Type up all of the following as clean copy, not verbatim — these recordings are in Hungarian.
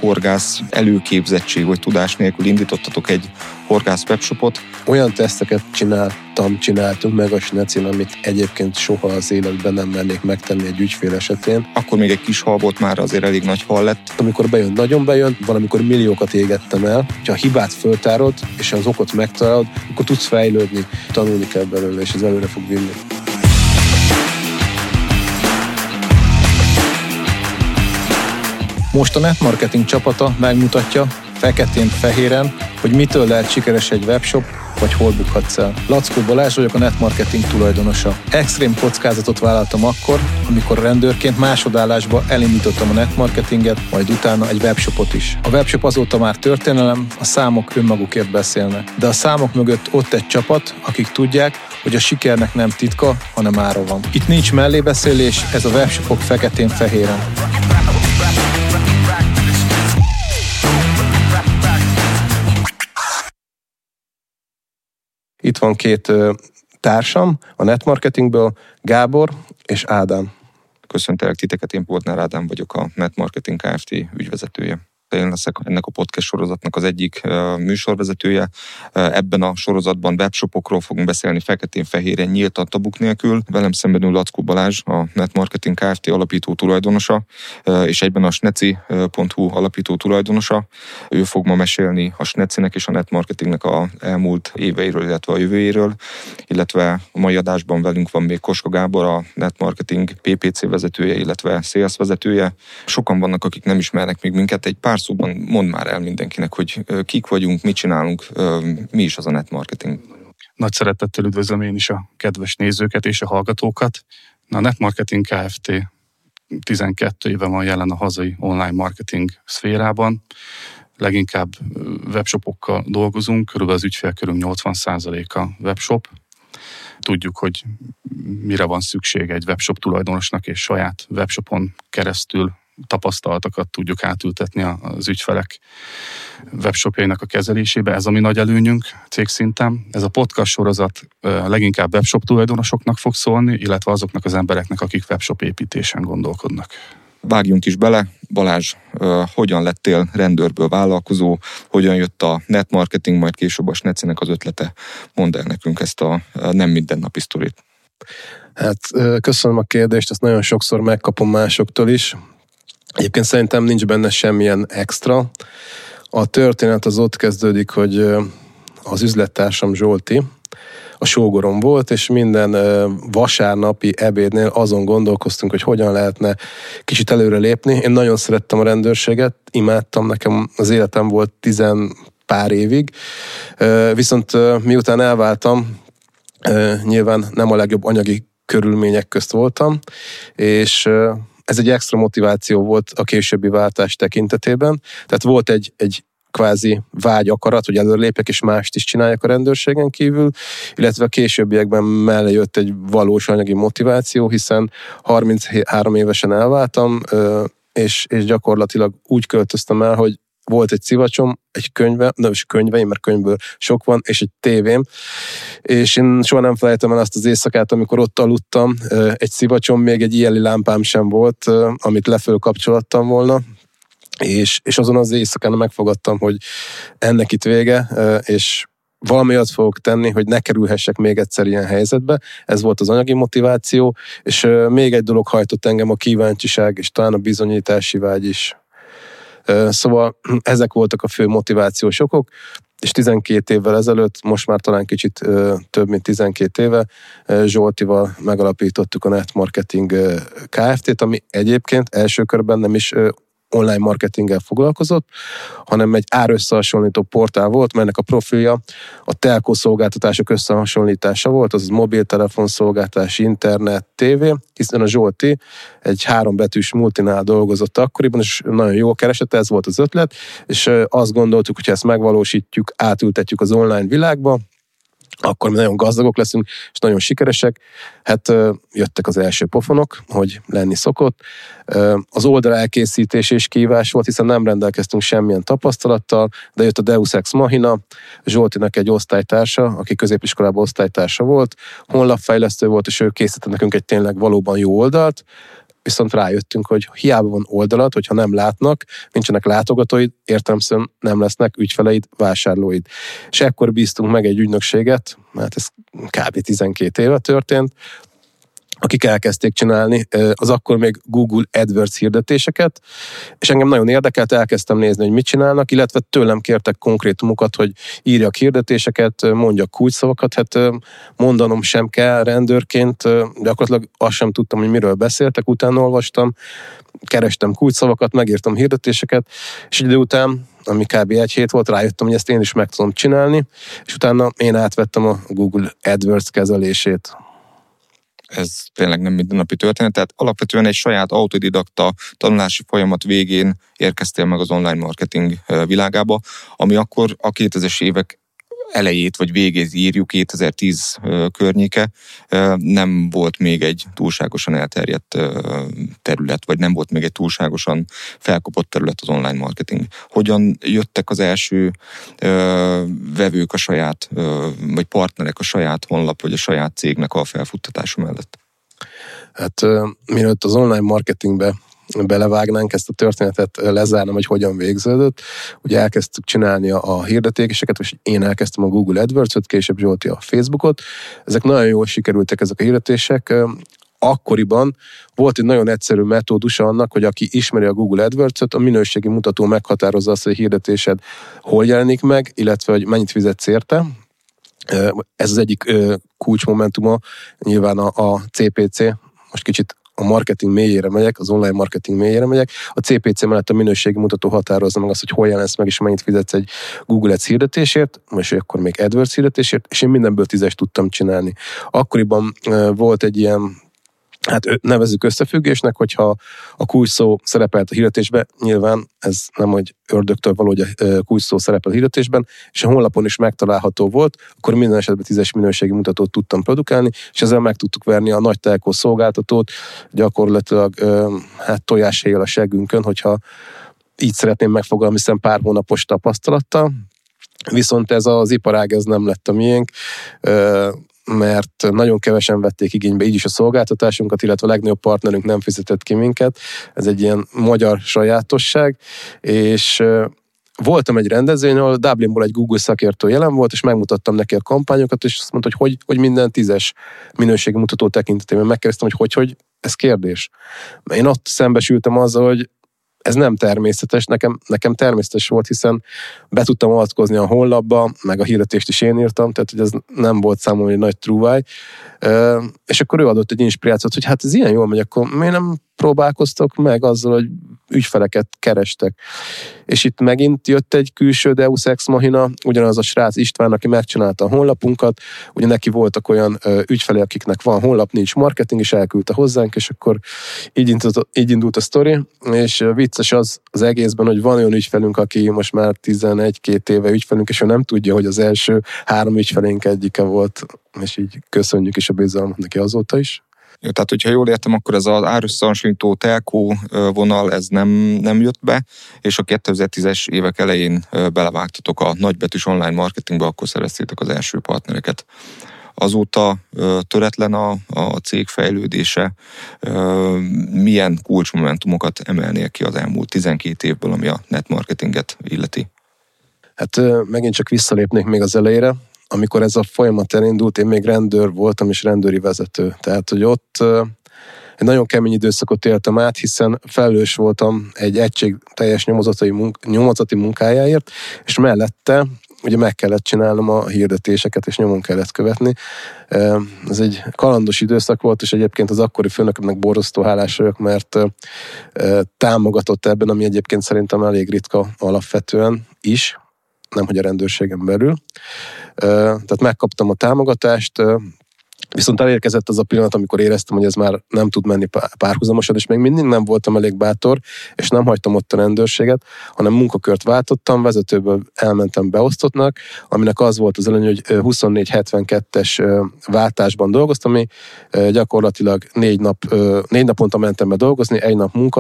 horgász előképzettség vagy tudás nélkül indítottatok egy horgász webshopot. Olyan teszteket csináltunk meg a Snecin, amit egyébként soha az életben nem mernék megtenni egy ügyfél esetén. Akkor még egy kis hal volt, már azért elég nagy hal lett. Amikor bejön, nagyon bejön, valamikor milliókat égettem el. Ha a hibát föltárod, és az okot megtalálod, akkor tudsz fejlődni, tanulni kell belőle, és ez előre fog vinni. Most a netmarketing csapata megmutatja feketén-fehéren, hogy mitől lehet sikeres egy webshop, vagy hol bukhatsz el. Lackó Balázs vagyok, a netmarketing tulajdonosa. Extrém kockázatot vállaltam akkor, amikor rendőrként másodállásba elindítottam a netmarketinget, majd utána egy webshopot is. A webshop azóta már történelem, a számok önmagukért beszélnek. De a számok mögött ott egy csapat, akik tudják, hogy a sikernek nem titka, hanem ára van. Itt nincs mellébeszélés, ez a webshopok feketén-fehéren. Itt van két társam a netmarketingből, Gábor és Ádám. Köszöntelek titeket, én Poltner Ádám vagyok, a Netmarketing Kft. Ügyvezetője. Én leszek ennek a podcast sorozatnak az egyik műsorvezetője. Ebben a sorozatban webshopokról fogunk beszélni feketén-fehéren, nyíltan, tabuk nélkül. Velem szemben ül Lackó Balázs, a Netmarketing Kft. Alapító tulajdonosa, és egyben a sneci.hu alapító tulajdonosa. Ő fog ma mesélni a Snecinek és a netmarketingnek a elmúlt éveiről, illetve a jövőjéről, illetve a mai adásban velünk van még Koska Gábor, a Netmarketing PPC vezetője, illetve sales vezetője. Sokan vannak, akik nem ismernek még minket. Egy pár szóban mondd már el mindenkinek, hogy kik vagyunk, mit csinálunk, mi is az a netmarketing. Nagy szeretettel üdvözlöm én is a kedves nézőket és a hallgatókat. A Netmarketing Kft. 12 éve van jelen a hazai online marketing szférában. Leginkább webshopokkal dolgozunk, körülbelül az ügyfélkörünk 80%-a webshop. Tudjuk, hogy mire van szükség egy webshop tulajdonosnak, és saját webshopon keresztül tapasztalatokat tudjuk átültetni az ügyfelek webshopjainak a kezelésébe. Ez a mi nagy előnyünk cégszinten. Ez a podcast sorozat leginkább webshop tulajdonosoknak fog szólni, illetve azoknak az embereknek, akik webshop építésen gondolkodnak. Vágjunk is bele. Balázs, hogyan lettél rendőrből vállalkozó, hogyan jött a netmarketing, majd később a Snecinek az ötlete? Mondd el nekünk ezt a nem mindennapi sztorit. Hát köszönöm a kérdést, ezt nagyon sokszor megkapom másoktól is. Egyébként szerintem nincs benne semmilyen extra. A történet az ott kezdődik, hogy az üzlettársam Zsolti a sógorom volt, és minden vasárnapi ebédnél azon gondolkoztunk, hogy hogyan lehetne kicsit előre lépni. Én nagyon szerettem a rendőrséget, imádtam, nekem az életem volt 10 pár évig, viszont miután elváltam, nyilván nem a legjobb anyagi körülmények közt voltam, és ez egy extra motiváció volt a későbbi váltás tekintetében. Tehát volt egy kvázi vágy, akarat, hogy előrelépjek és mást is csináljak a rendőrségen kívül, illetve a későbbiekben mellé jött egy valós anyagi motiváció, hiszen 33 évesen elváltam, és gyakorlatilag úgy költöztem el, hogy volt egy szivacsom, egy könyveim, mert könyvből sok van, és egy tévém, és én soha nem felejtem el azt az éjszakát, amikor ott aludtam, egy szivacsom, még egy ilyen lámpám sem volt, amit lefölkapcsolattam volna, és azon az éjszakán megfogadtam, hogy ennek itt vége, és valami olyat fogok tenni, hogy ne kerülhessek még egyszer ilyen helyzetbe. Ez volt az anyagi motiváció, és még egy dolog hajtott engem, a kíváncsiság, és talán a bizonyítási vágy is. Szóval ezek voltak a fő motivációs okok, és 12 évvel ezelőtt, most már talán kicsit több mint 12 éve, Zsoltival megalapítottuk a Netmarketing Kft-t, ami egyébként első körben nem is online marketinggel foglalkozott, hanem egy árösszehasonlító portál volt, melynek a profilja a telkó szolgáltatások összehasonlítása volt, azaz mobiltelefon szolgáltatás, internet, tévé, hiszen a Zsolti egy 3 betűs multinál dolgozott akkoriban, és nagyon jól keresett, ez volt az ötlet, és azt gondoltuk, hogy ha ezt megvalósítjuk, átültetjük az online világba, akkor mi nagyon gazdagok leszünk, és nagyon sikeresek. Hát jöttek az első pofonok, hogy lenni szokott. Az oldal elkészítés és kihívás volt, hiszen nem rendelkeztünk semmilyen tapasztalattal, de jött a Deus Ex Machina, Zsoltinak egy osztálytársa, aki középiskolában osztálytársa volt, honlapfejlesztő volt, és ő készített nekünk egy tényleg valóban jó oldalt. viszont rájöttünk, hogy hiába van oldalad, hogyha nem látnak, nincsenek látogatóid, értelemszerűen nem lesznek ügyfeleid, vásárlóid. És ekkor bíztunk meg egy ügynökséget, mert ez kb. 12 éve történt, akik elkezdték csinálni az akkor még Google AdWords hirdetéseket, és engem nagyon érdekelt, elkezdtem nézni, hogy mit csinálnak, illetve tőlem kértek konkrétumokat, hogy írjak hirdetéseket, mondjak kulcsszavakat, hát mondanom sem kell rendőrként, gyakorlatilag azt sem tudtam, hogy miről beszéltek, utána olvastam, kerestem kulcsszavakat, megírtam hirdetéseket, és idő után, ami kb. 1 hét volt, rájöttem, hogy ezt én is meg tudom csinálni, és utána én átvettem a Google AdWords kezelését. Ez tényleg nem mindennapi történet, tehát alapvetően egy saját autodidakta tanulási folyamat végén érkeztél meg az online marketing világába, ami akkor a 2000-es évek elejét vagy végét írjuk, 2010 környéke, nem volt még egy túlságosan elterjedt terület, vagy nem volt még egy túlságosan felkapott terület az online marketing. Hogyan jöttek az első vevők a saját, vagy partnerek a saját honlap, vagy a saját cégnek a felfuttatása mellett? Hát mielőtt az online marketingbe belevágnánk, ezt a történetet lezárnám, hogy hogyan végződött. Ugye elkezdtük csinálni a hirdetéseket, és én elkezdtem a Google AdWords-ot, később Zsolti a Facebookot. Ezek nagyon jól sikerültek, ezek a hirdetések. Akkoriban volt egy nagyon egyszerű metódusa annak, hogy aki ismeri a Google AdWords-ot, a minőségi mutató meghatározza azt, hogy a hirdetésed hol jelenik meg, illetve hogy mennyit fizetsz érte. Ez az egyik kulcsmomentuma, nyilván a CPC, most kicsit a marketing mélyére megyek, az online marketing mélyére megyek, a CPC mellett a minőségi mutató határozza meg azt, hogy hol jelensz meg, és mennyit fizetsz egy Google Ads hirdetésért, és akkor még AdWords hirdetésért, és én mindenből 10-est tudtam csinálni. Akkoriban volt egy ilyen, hát nevezzük összefüggésnek, hogyha a kulcsszó szerepelt a hirdetésben, nyilván ez nem, hogy ördögtől való, hogy a kulcsszó szerepel a hirdetésben, és a honlapon is megtalálható volt, akkor minden esetben 10-es minőségi mutatót tudtam produkálni, és ezzel meg tudtuk verni a nagy telkó szolgáltatót, gyakorlatilag hát tojáshéjjel a seggünkön, hogyha így szeretném megfogalmazni, hiszen pár hónapos tapasztalattal, viszont ez az iparág, ez nem lett a miénk, mert nagyon kevesen vették igénybe így is a szolgáltatásunkat, illetve a legnagyobb partnerünk nem fizetett ki minket. Ez egy ilyen magyar sajátosság, és voltam egy rendezvényen, ahol Dublinból egy Google szakértő jelen volt, és megmutattam neki a kampányokat, és azt mondta, hogy minden 10-es minőségi mutató tekintetében. Megkérdeztem, hogy ez kérdés. Én ott szembesültem azzal, hogy ez nem természetes, nekem természetes volt, hiszen be tudtam avatkozni a honlapba, meg a hirdetést is én írtam, tehát hogy ez nem volt számomra egy nagy trúváj. És akkor ő adott egy inspirációt, hogy hát ez ilyen jól megy, akkor miért nem próbálkoztok meg azzal, hogy ügyfeleket kerestek. És itt megint jött egy külső Deus Ex Machina, ugyanaz a srác István, aki megcsinálta a honlapunkat, ugye neki voltak olyan ügyfelé, akiknek van honlap, nincs marketing, és elküldte hozzánk, és akkor így indult a sztori, és vicces az egészben, hogy van olyan ügyfelünk, aki most már 11-2 éve ügyfelünk, és ő nem tudja, hogy az első 3 ügyfelénk egyike volt, és így köszönjük is a bizalmat neki azóta is. Tehát, hogyha jól értem, akkor ez az árösszehasonlító telkó vonal, ez nem jött be, és a 2010-es évek elején belevágtatok a nagybetűs online marketingbe, akkor szereztétek az első partnereket. Azóta töretlen a cég fejlődése, milyen kulcsmomentumokat emelnél ki az elmúlt 12 évből, ami a netmarketinget illeti? Hát megint csak visszalépnék még az elejére. Amikor ez a folyamat elindult, én még rendőr voltam, és rendőri vezető. Tehát, hogy ott egy nagyon kemény időszakot éltem át, hiszen felelős voltam egy egység teljes nyomozati munkájáért, és mellette ugye meg kellett csinálnom a hirdetéseket, és nyomon kellett követni. Ez egy kalandos időszak volt, és egyébként az akkori főnökömnek borzasztó hálás vagyok, mert támogatott ebben, ami egyébként szerintem elég ritka alapvetően is, nemhogy a rendőrségen belül. Tehát megkaptam a támogatást, viszont elérkezett az a pillanat, amikor éreztem, hogy ez már nem tud menni párhuzamosan, és még mindig nem voltam elég bátor, és nem hagytam ott a rendőrséget, hanem munkakört váltottam, vezetőből elmentem beosztottnak, aminek az volt az előny, hogy 24-72-es váltásban dolgoztam, ami gyakorlatilag 4 naponta mentem be dolgozni, 1 nap munka,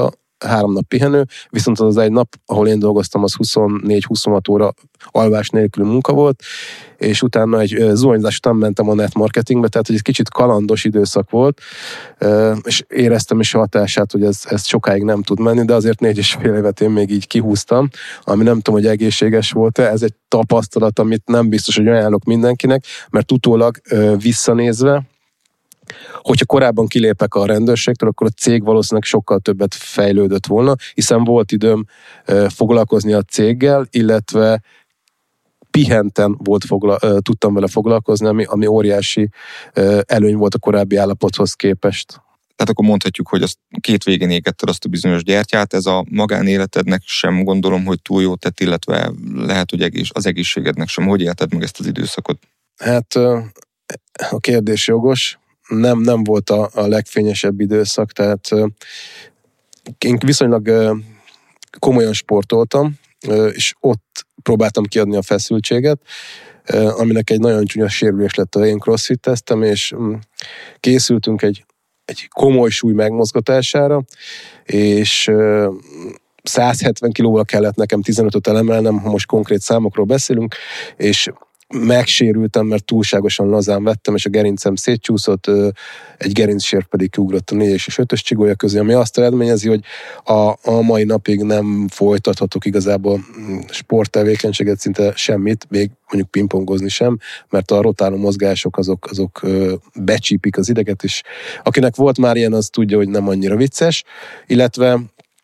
3 nap pihenő, viszont az egy nap, ahol én dolgoztam, az 24-26 óra alvás nélküli munka volt, és utána egy zuhanyzás után mentem a netmarketingbe, tehát hogy egy kicsit kalandos időszak volt, és éreztem is a hatását, hogy ez sokáig nem tud menni, de azért 4,5 évet én még így kihúztam, ami nem tudom, hogy egészséges volt-e, ez egy tapasztalat, amit nem biztos, hogy ajánlok mindenkinek, mert utólag visszanézve, hogyha korábban kilépek a rendőrségtől, akkor a cég valószínűleg sokkal többet fejlődött volna, hiszen volt időm foglalkozni a céggel, illetve pihenten tudtam vele foglalkozni, ami óriási előny volt a korábbi állapothoz képest. Tehát akkor mondhatjuk, hogy azt 2 végén égetted azt a bizonyos gyertyát, ez a magánéletednek sem gondolom, hogy túl jót tett, illetve lehet, hogy az egészségednek sem. Hogy élted meg ezt az időszakot? Hát a kérdés jogos. Nem volt a legfényesebb időszak, tehát én viszonylag komolyan sportoltam, és ott próbáltam kiadni a feszültséget, aminek egy nagyon csúnya sérülés lett, én crossfit-eztem, és készültünk egy komoly súly megmozgatására, és 170 kilóval kellett nekem 15-öt elemelnem, ha most konkrét számokról beszélünk, és megsérültem, mert túlságosan lazán vettem, és a gerincem szétcsúszott, egy gerincsérv pedig kiugrott a 4-es és 5-ös csigolya közé, ami azt eredményezi, hogy a mai napig nem folytathatok igazából sporttevékenységet, szinte semmit, még mondjuk pingpongozni sem, mert a rotáló mozgások azok becsípik az ideget, és akinek volt már ilyen, az tudja, hogy nem annyira vicces, illetve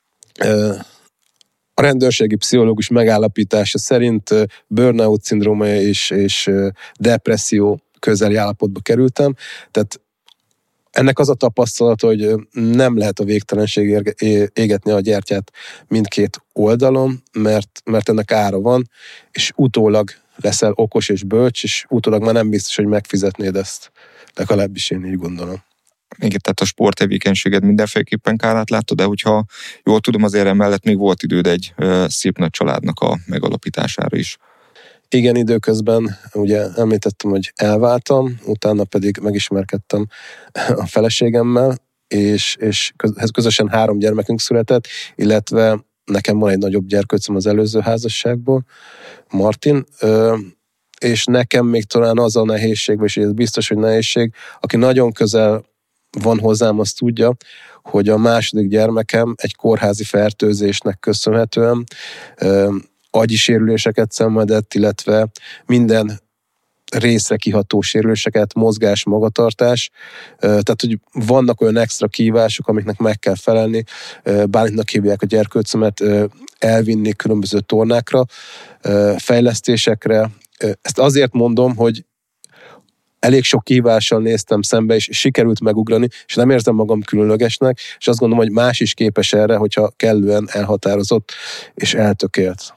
a rendőrségi pszichológus megállapítása szerint burnout szindróma és depresszió közeli állapotba kerültem. Tehát ennek az a tapasztalat, hogy nem lehet a végtelenség égetni a gyertyát mindkét oldalon, mert ennek ára van, és utólag leszel okos és bölcs, és utólag már nem biztos, hogy megfizetnéd ezt. Legalábbis én így gondolom. Igen, tehát a sporttevékenységed mindenféleképpen kárát láttad, de hogyha jól tudom, azért emellett még volt időd egy szép nagy családnak a megalapítására is. Igen, időközben ugye említettem, hogy elváltam, utána pedig megismerkedtem a feleségemmel, és közösen 3 gyermekünk született, illetve nekem van egy nagyobb gyerkőcöm az előző házasságból, Martin, és nekem még talán az a nehézség, és ez biztos, hogy nehézség, aki nagyon közel van hozzám, azt tudja, hogy a második gyermekem egy kórházi fertőzésnek köszönhetően agyi sérüléseket szenvedett, illetve minden részre kiható sérüléseket, mozgás, magatartás. Tehát, hogy vannak olyan extra kihívások, amiknek meg kell felelni. Bálintnak hívják a gyerkőcömet, elvinni különböző tornákra, fejlesztésekre. Ezt azért mondom, hogy elég sok kihívással néztem szembe, és sikerült megugrani, és nem érzem magam különlegesnek, és azt gondolom, hogy más is képes erre, hogyha kellően elhatározott és eltökélt.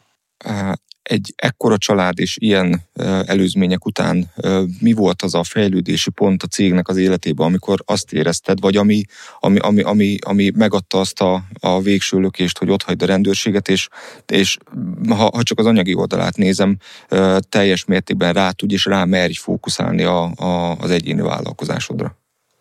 Egy ekkora család és ilyen előzmények után mi volt az a fejlődési pont a cégnek az életében, amikor azt érezted, vagy ami megadta azt a végső lökést, hogy otthagyd a rendőrséget, és ha csak az anyagi oldalát nézem, teljes mértékben rá tudj és rá merj fókuszálni az egyéni vállalkozásodra?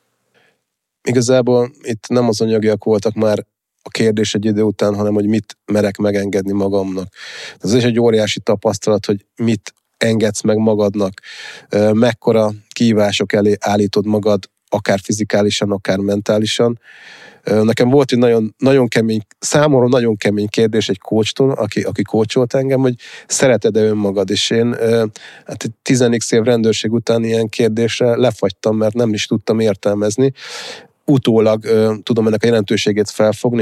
Igazából itt nem az anyagiak voltak már a kérdés egy idő után, hanem hogy mit merek megengedni magamnak. Ez is egy óriási tapasztalat, hogy mit engedsz meg magadnak, mekkora kihívások elé állítod magad, akár fizikálisan, akár mentálisan. Nekem volt egy nagyon kemény, számomra nagyon kemény kérdés egy coachtól, aki coacholt engem, hogy szereted-e önmagad, és én 10x év rendőrség után ilyen kérdésre lefagytam, mert nem is tudtam értelmezni. Utólag tudom ennek a jelentőségét felfogni,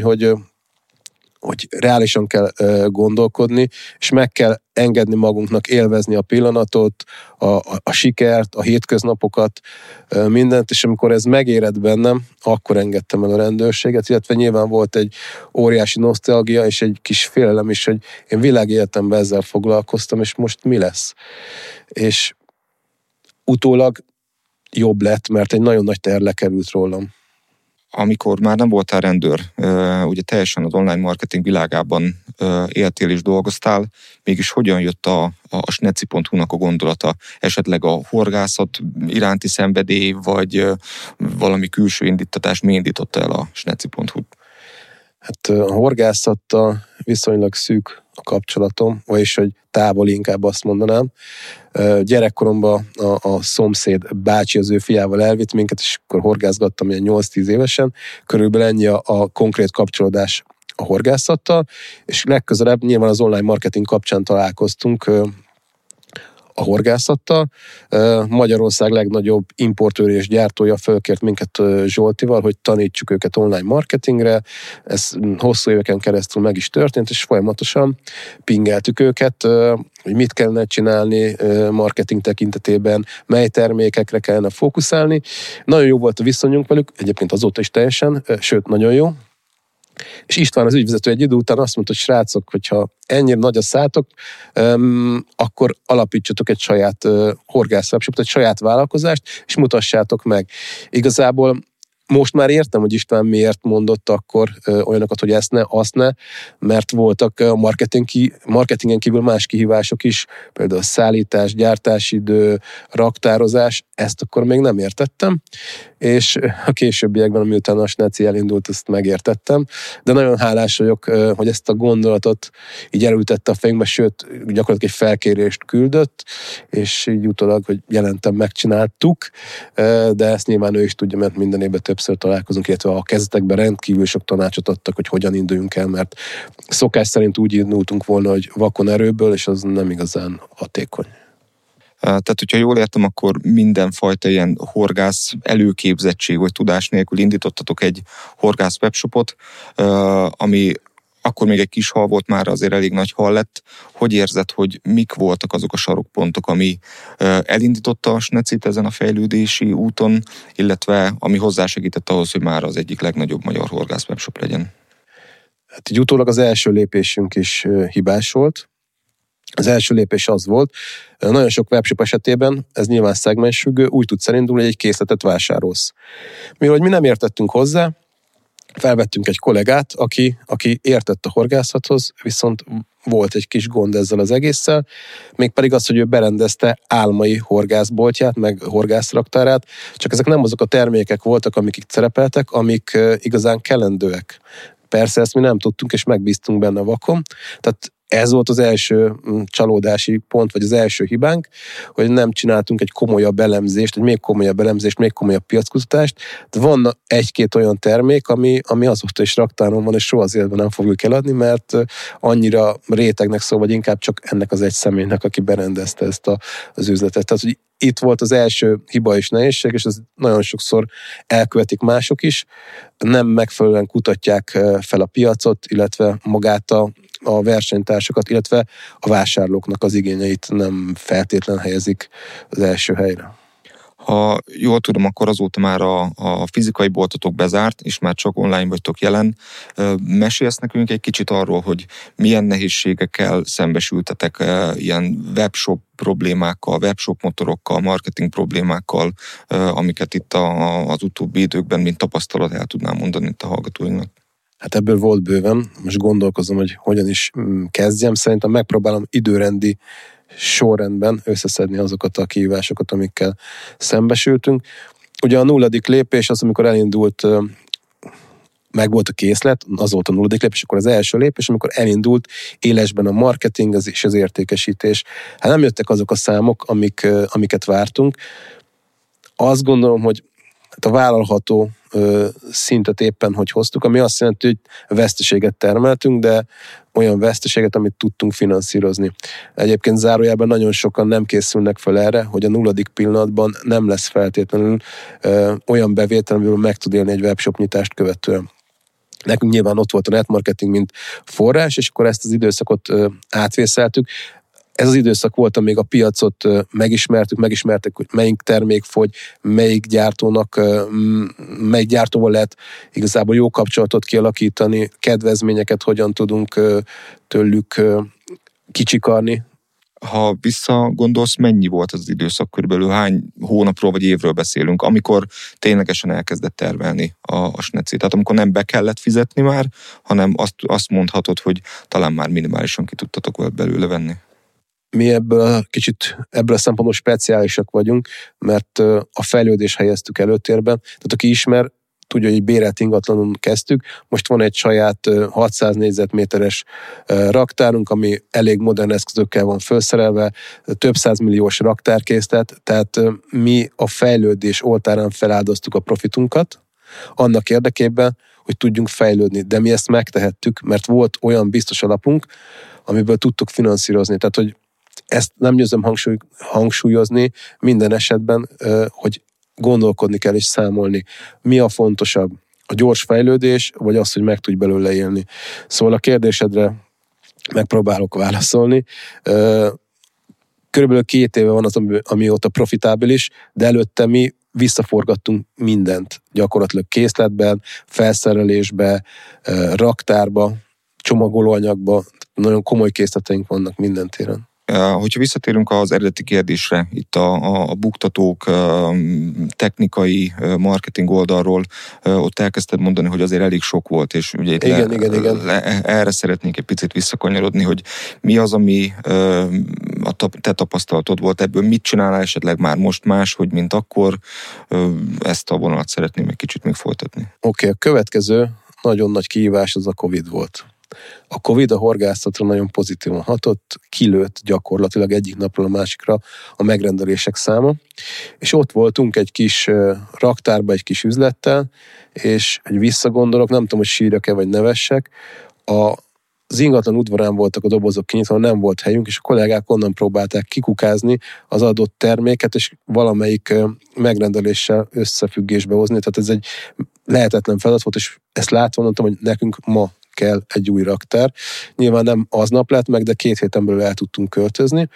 hogy reálisan kell gondolkodni, és meg kell engedni magunknak, élvezni a pillanatot, a sikert, a hétköznapokat, mindent, és amikor ez megéred bennem, akkor engedtem el a rendőrséget, illetve nyilván volt egy óriási nosztalgia, és egy kis félelem is, hogy én világéletemben ezzel foglalkoztam, és most mi lesz? És utólag jobb lett, mert egy nagyon nagy teher lekerült rólam. Amikor már nem voltál rendőr, ugye teljesen az online marketing világában éltél és dolgoztál, mégis hogyan jött a sneci.hu-nak a gondolata? Esetleg a horgászat iránti szenvedély, vagy valami külső indítatás mi indította el a sneci.hu-t? Hát a horgászattal viszonylag szűk a kapcsolatom, vagyis hogy távol, inkább azt mondanám. Gyerekkoromban a szomszéd bácsi az ő fiával elvitt minket, és akkor horgászgattam ilyen 8-10 évesen. Körülbelül ennyi a konkrét kapcsolódás a horgászattal, és legközelebb nyilván az online marketing kapcsán találkoztunk a horgászattal. Magyarország legnagyobb importőri és gyártója fölkért minket Zsoltival, hogy tanítsuk őket online marketingre. Ez hosszú éveken keresztül meg is történt, és folyamatosan pingeltük őket, hogy mit kellene csinálni marketing tekintetében, mely termékekre kellene fókuszálni. Nagyon jó volt a viszonyunk velük, egyébként azóta is teljesen, sőt, nagyon jó. És István az ügyvezető egy idő után azt mondta, hogy srácok, hogyha ennyire nagy a szátok, akkor alapítsatok egy saját horgászwebshopot, egy saját vállalkozást, és mutassátok meg. Igazából most már értem, hogy István miért mondott akkor olyanokat, hogy ezt ne, azt ne, mert voltak a marketingen kívül más kihívások is, például szállítás, gyártási idő, raktározás, ezt akkor még nem értettem, és a későbbiekben, miután a Sneci elindult, ezt megértettem, de nagyon hálás vagyok, hogy ezt a gondolatot így elültette a fejünkbe, sőt, gyakorlatilag egy felkérést küldött, és így utólag, hogy jelentem, megcsináltuk, de ezt nyilván ő is tudja, mert minden évben többször találkozunk, illetve a kezdetekben rendkívül sok tanácsot adtak, hogy hogyan induljunk el, mert szokás szerint úgy indultunk volna, hogy vakon erőből, és az nem igazán hatékony. Tehát, hogyha jól értem, akkor mindenfajta ilyen horgász előképzettség vagy tudás nélkül indítottatok egy horgász webshopot, ami akkor még egy kis hal volt, már azért elég nagy hal lett. Hogy érzed, hogy mik voltak azok a sarokpontok, ami elindította a Snecit ezen a fejlődési úton, illetve ami hozzásegített ahhoz, hogy már az egyik legnagyobb magyar horgász webshop legyen? Hát így utólag az első lépésünk is hibás volt. Az első lépés az volt, nagyon sok webshop esetében, ez nyilván szegmensfüggő, úgy tudsz elindulni, hogy egy készletet vásárolsz. Mivel mi nem értettünk hozzá, felvettünk egy kollégát, aki értett a horgászathoz, viszont volt egy kis gond ezzel az egésszel, mégpedig az, hogy ő berendezte álmai horgászboltját, meg horgászraktárát, csak ezek nem azok a termékek voltak, amik itt szerepeltek, amik igazán kellendőek. Persze ezt mi nem tudtunk, és megbíztunk benne vakon, tehát ez volt az első csalódási pont, vagy az első hibánk, hogy nem csináltunk egy komolyabb elemzést, egy még komolyabb elemzést, még komolyabb piackutatást. De van egy-két olyan termék, ami azóta is raktáron van, és soha az életben nem fogjuk eladni, mert annyira rétegnek szól, vagy inkább csak ennek az egy személynek, aki berendezte ezt az üzletet. Tehát, hogy itt volt az első hiba és nehézség, és ez nagyon sokszor elkövetik mások is. Nem megfelelően kutatják fel a piacot, illetve magát a versenytársakat, illetve a vásárlóknak az igényeit nem feltétlen helyezik az első helyre. Ha jól tudom, akkor azóta már a fizikai boltotok bezárt, és már csak online vagytok jelen. Mesélsz nekünk egy kicsit arról, hogy milyen nehézségekkel szembesültetek ilyen webshop problémákkal, webshop motorokkal, marketing problémákkal, amiket itt az utóbbi időkben, mint tapasztalat el tudnám mondani itt a hallgatóinknak. Hát ebből volt bőven, most gondolkozom, hogy hogyan is kezdjem. Szerintem megpróbálom időrendi sorrendben összeszedni azokat a kihívásokat, amikkel szembesültünk. Ugye a 0. lépés az, amikor elindult, meg volt a készlet, az volt a 0. lépés, akkor az első lépés, amikor elindult élesben a marketing és az értékesítés. Hát nem jöttek azok a számok, amiket vártunk. Azt gondolom, hogy a vállalható szintet éppen hogy hoztuk, ami azt jelenti, hogy veszteséget termeltünk, de olyan veszteséget, amit tudtunk finanszírozni. Egyébként zárójában nagyon sokan nem készülnek fel erre, hogy a 0. pillanatban nem lesz feltétlenül olyan bevétel, amiből meg tud élni egy webshop nyitást követően. Nekünk nyilván ott volt a netmarketing, mint forrás, és akkor ezt az időszakot átvészeltük. Ez az időszak volt, amíg a piacot megismertük, hogy melyik termék fogy, melyik gyártóval lehet igazából jó kapcsolatot kialakítani, kedvezményeket hogyan tudunk tőlük kicsikarni. Ha visszagondolsz, mennyi volt az időszak, körülbelül hány hónapról vagy évről beszélünk, amikor ténylegesen elkezdett tervelni a Sneci? Tehát amikor nem be kellett fizetni már, hanem azt mondhatod, hogy talán már minimálisan ki tudtatok belőle venni. Mi ebből a szempontból speciálisak vagyunk, mert a fejlődés helyeztük előtérben. Tehát aki ismer, tudja, hogy bérelt ingatlanon kezdtük, most van egy saját 600 négyzetméteres raktárunk, ami elég modern eszközökkel van felszerelve, több 100 milliós raktárkészlet, tehát mi a fejlődés oltárán feláldoztuk a profitunkat, annak érdekében, hogy tudjunk fejlődni, de mi ezt megtehettük, mert volt olyan biztos alapunk, amiből tudtuk finanszírozni, tehát hogy ezt nem győzöm hangsúlyozni minden esetben, hogy gondolkodni kell és számolni. Mi a fontosabb? A gyors fejlődés, vagy az, hogy meg tudj belőle élni? Szóval a kérdésedre megpróbálok válaszolni. Körülbelül 2 éve van az, amióta profitábilis, de előtte mi visszaforgattunk mindent. Gyakorlatilag készletben, felszerelésbe, raktárba, csomagolóanyagba. Nagyon komoly készleteink vannak minden téren. Hogyha visszatérünk az eredeti kérdésre, itt a buktatók technikai marketing oldalról, ott elkezdted mondani, hogy azért elég sok volt, és ugye itt igen. Erre szeretnék egy picit visszakanyarodni, hogy mi az, ami a te tapasztalatod volt ebből, mit csinálnál esetleg már most máshogy, mint akkor, ezt a vonalat szeretném egy kicsit még folytatni. Oké, a következő nagyon nagy kihívás az a Covid volt. A Covid a horgászatra nagyon pozitívan hatott, kilőtt gyakorlatilag egyik napról a másikra a megrendelések száma, és ott voltunk egy kis raktárba, egy kis üzlettel, és egy visszagondolok, nem tudom, hogy sírjak-e vagy nevessek, az ingatlan udvarán voltak a dobozok kinyitva, nem volt helyünk, és a kollégák onnan próbálták kikukázni az adott terméket, és valamelyik megrendeléssel összefüggésbe hozni, tehát ez egy lehetetlen feladat volt, és ezt látva mondtam, hogy nekünk ma kell egy új raktár. Nyilván nem aznap lett meg, de 2 héten belül el tudtunk költözni.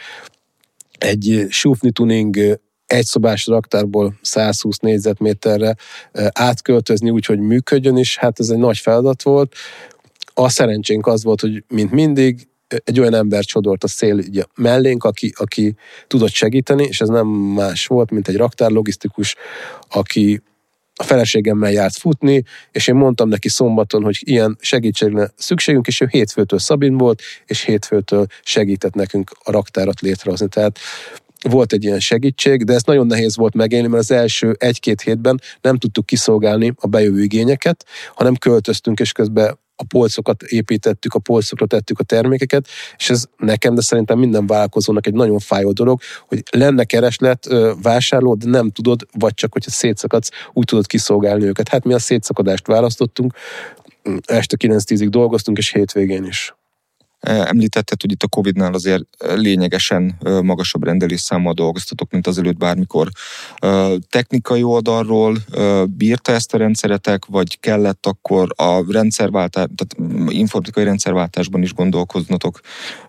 Egy Schufni Tuning egyszobás raktárból 120 négyzetméterre átköltözni úgy, hogy működjön is, hát ez egy nagy feladat volt. A szerencsénk az volt, hogy mint mindig egy olyan ember csodort a szél ugye, mellénk, aki tudott segíteni, és ez nem más volt, mint egy raktár logisztikus, aki a feleségemmel járt futni, és én mondtam neki szombaton, hogy ilyen segítségre szükségünk, és ő hétfőtől Szabin volt, és hétfőtől segített nekünk a raktárat létrehozni. Tehát volt egy ilyen segítség, de ez nagyon nehéz volt megélni, mert az első 1-2 hétben nem tudtuk kiszolgálni a bejövő igényeket, hanem költöztünk, és közben a polcokat építettük, a polcokra tettük a termékeket, és ez nekem, de szerintem minden vállalkozónak egy nagyon fájó dolog, hogy lenne kereslet, vásárló, de nem tudod, vagy csak, hogyha szétszakadsz, úgy tudod kiszolgálni őket. Hát mi a szétszakadást választottunk, este 9-10-ig dolgoztunk, és hétvégén is. Említetted, hogy itt a Covid-nál azért lényegesen magasabb rendelésszámmal dolgoztatok, mint azelőtt bármikor. Technikai oldalról bírta ezt a rendszeretek, vagy kellett akkor a rendszerváltás, tehát informatikai rendszerváltásban is gondolkoznatok?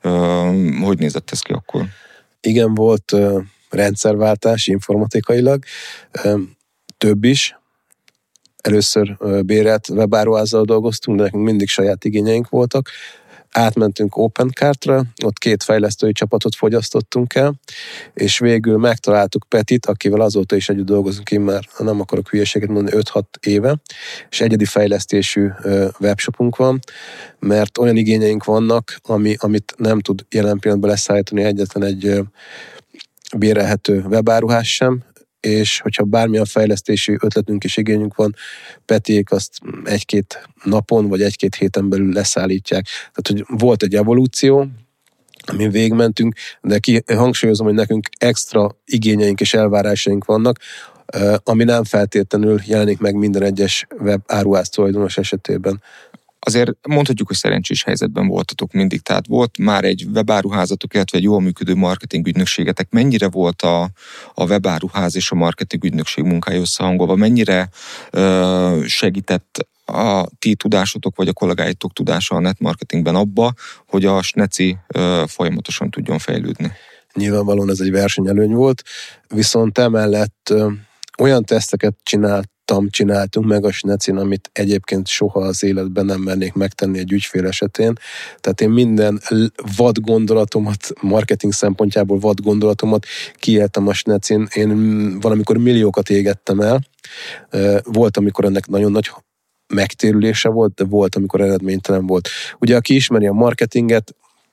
Hogy nézett ez ki akkor? Igen, volt rendszerváltás informatikailag, több is. Először bérelt webáruházzal dolgoztunk, de nekünk mindig saját igényeink voltak. Átmentünk OpenCart-ra, ott 2 fejlesztői csapatot fogyasztottunk el, és végül megtaláltuk Petit, akivel azóta is együtt dolgozunk, én már nem akarok hülyeséget mondani, 5-6 éve, és egyedi fejlesztésű webshopunk van, mert olyan igényeink vannak, amit nem tud jelen pillanatban leszállítani egyetlen egy bérelhető webáruház sem, és hogyha bármilyen fejlesztési ötletünk és igényünk van, Petiék azt 1-2 napon vagy 1-2 héten belül leszállítják. Tehát, hogy volt egy evolúció, amin végigmentünk, de hangsúlyozom, hogy nekünk extra igényeink és elvárásaink vannak, ami nem feltétlenül jelenik meg minden egyes webáruház tulajdonos esetében. Azért mondhatjuk, hogy szerencsés helyzetben voltatok mindig, tehát volt már egy webáruházatok, illetve egy jól működő marketing ügynökségetek. Mennyire volt a webáruház és a marketing ügynökség munkája összehangolva? Mennyire segített a ti tudásotok, vagy a kollégáitok tudása a netmarketingben abba, hogy a Sneci folyamatosan tudjon fejlődni? Nyilvánvalóan ez egy versenyelőny volt, viszont emellett olyan teszteket csináltunk meg a Snecin, amit egyébként soha az életben nem mernék megtenni egy ügyfél esetén. Tehát én minden vad gondolatomat, marketing szempontjából vad gondolatomat kiéltem a Snecin. Én valamikor milliókat égettem el. Volt, amikor ennek nagyon nagy megtérülése volt, de volt, amikor eredménytelen volt. Ugye, aki ismeri a marketinget,